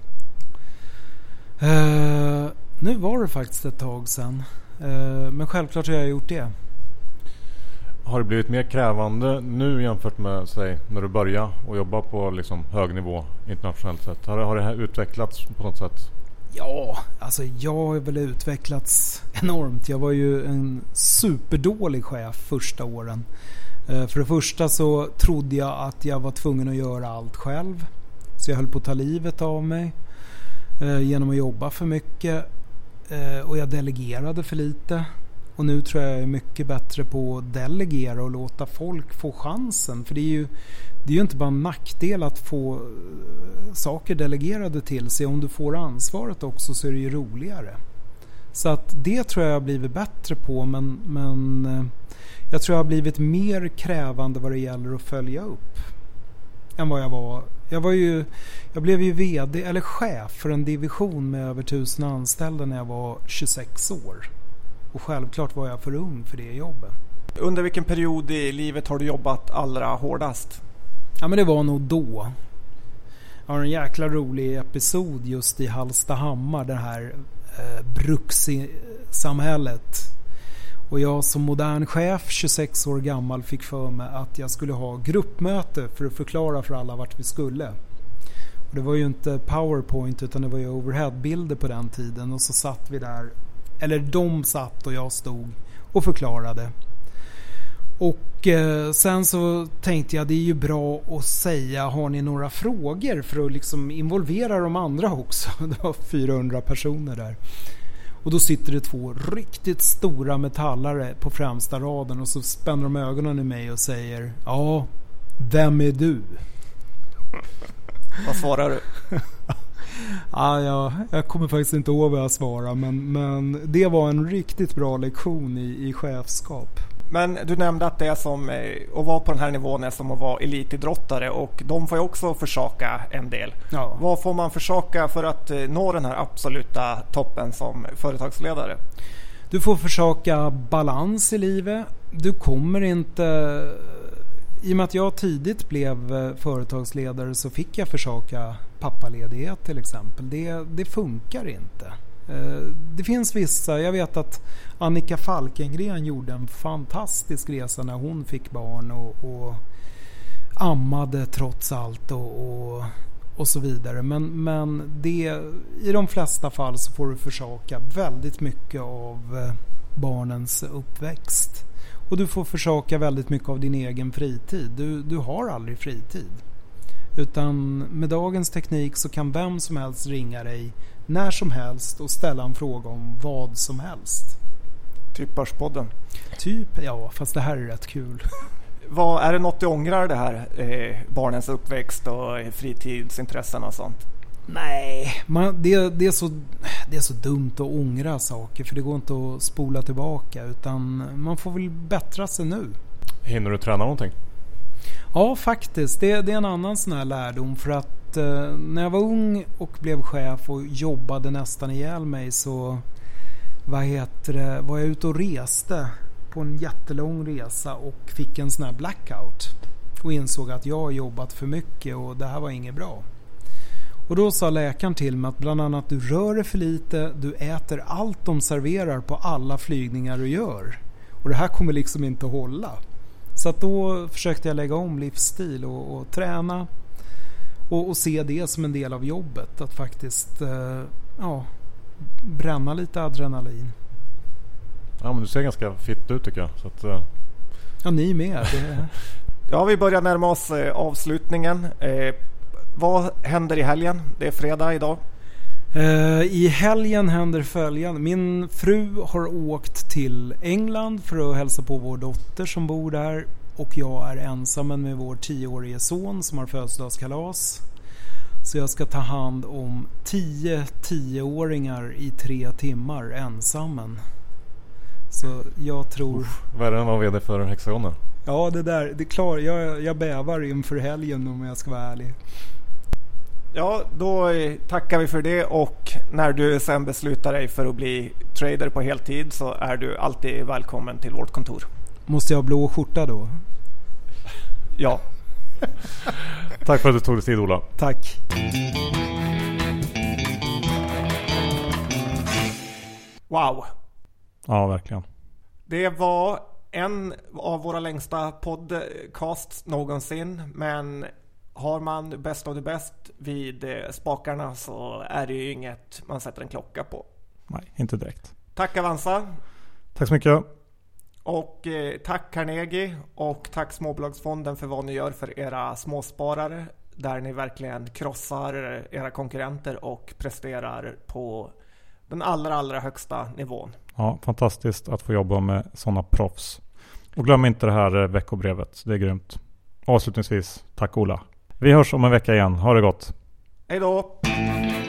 Uh, nu var det faktiskt ett tag sedan. Uh, men självklart har jag gjort det. Har det blivit mer krävande nu jämfört med säg, när du började och jobba på liksom, hög nivå internationellt sett? Har det, har det här utvecklats på något sätt? Ja, alltså jag har väl utvecklats enormt. Jag var ju en superdålig chef första åren. För det första så trodde jag att jag var tvungen att göra allt själv. Så jag höll på att ta livet av mig genom att jobba för mycket. Och jag delegerade för lite. Och nu tror jag jag är mycket bättre på att delegera och låta folk få chansen. För det är ju, det är ju inte bara en nackdel att få saker delegerade till sig. Om du får ansvaret också så är det ju roligare. Så att det tror jag jag har blivit bättre på. Men, men jag tror jag har blivit mer krävande vad det gäller att följa upp. Än vad jag var. Jag var ju, jag blev ju vd eller chef för en division med över tusen anställda när jag var tjugosex år. Och självklart var jag för ung för det jobbet. Under vilken period i livet har du jobbat allra hårdast? Ja, men det var nog då. Jag har en jäkla rolig episod just i Hallstahammar, det här eh, brukssamhället. Och jag som modern chef, tjugosex år gammal, fick för mig att jag skulle ha gruppmöte för att förklara för alla vart vi skulle. Och det var ju inte PowerPoint utan det var ju overheadbilder på den tiden. Och så satt vi där, eller de satt och jag stod och förklarade. Och eh, sen så tänkte jag det är ju bra att säga, har ni några frågor för att liksom involvera de andra också. Det var fyrahundra personer där. Och då sitter det två riktigt stora metallare på främsta raden och så spänner de ögonen i mig och säger: ja, vem är du? Vad svarar du? Ja, jag, jag kommer faktiskt inte ihåg vad jag svarade, men, men det var en riktigt bra lektion i, i chefskap. Men du nämnde att det är som att vara på den här nivån är som att vara elitidrottare, och de får ju också försaka en del. Ja. Vad får man försaka för att nå den här absoluta toppen som företagsledare? Du får försaka balans i livet. Du kommer inte... I och med att jag tidigt blev företagsledare så fick jag försaka pappaledighet till exempel. Det, det funkar inte. Det finns vissa, jag vet att Annika Falkengren gjorde en fantastisk resa när hon fick barn och, och ammade trots allt och, och, och så vidare. Men, men det, i de flesta fall så får du försaka väldigt mycket av barnens uppväxt. Och du får försaka väldigt mycket av din egen fritid. Du, du har aldrig fritid. Utan med dagens teknik så kan vem som helst ringa dig när som helst och ställa en fråga om vad som helst. Typ Börspodden. Typ, ja, fast det här är rätt kul. Vad, är det något du ångrar det här? Eh, barnens uppväxt och fritidsintressen och sånt? Nej, man, det, det, är så, det är så dumt att ångra saker, för det går inte att spola tillbaka, utan man får väl bättra sig nu. Hinner du träna någonting? Ja, faktiskt. Det, det är en annan sån här lärdom, för att eh, när jag var ung och blev chef och jobbade nästan ihjäl mig så vad heter det, var jag ute och reste på en jättelång resa och fick en sån här blackout och insåg att jag har jobbat för mycket och det här var inget bra. Och då sa läkaren till mig att bland annat du rör dig för lite, du äter allt de serverar på alla flygningar du gör. Och det här kommer liksom inte att hålla. Så att då försökte jag lägga om livsstil och, och träna och, och se det som en del av jobbet. Att faktiskt eh, ja, bränna lite adrenalin. Ja, men du ser ganska fitt ut tycker jag. Så att, uh... Ja, ni med. Det... Ja, vi börjar närma oss eh, avslutningen. Eh, vad händer i helgen? Det är fredag idag. Uh, I helgen händer följande. Min fru har åkt till England för att hälsa på vår dotter som bor där. Och jag är ensam med vår tioårige son som har födelsedagskalas. Så jag ska ta hand om tio tioåringar i tre timmar ensammen. Så jag tror... Uff, värre än vad vd för Hexagonen. Ja, det där, det är klart. Jag, jag bävar inför helgen om jag ska vara ärlig. Ja, då tackar vi för det, och när du sen beslutar dig för att bli trader på heltid så är du alltid välkommen till vårt kontor. Måste jag ha blå skjorta då? Ja. Tack för att du tog dig tid, Ola. Tack. Wow. Ja, verkligen. Det var en av våra längsta podcasts någonsin, men har man bäst av det bäst vid spakarna så är det ju inget man sätter en klocka på. Nej, inte direkt. Tack Avanza. Tack så mycket. Och eh, tack Carnegie och tack Småbolagsfonden för vad ni gör för era småsparare, där ni verkligen krossar era konkurrenter och presterar på den allra allra högsta nivån. Ja, fantastiskt att få jobba med sådana proffs. Och glöm inte det här veckobrevet, det är grymt. Avslutningsvis, tack Ola. Vi hörs om en vecka igen, ha det gott. Hej då!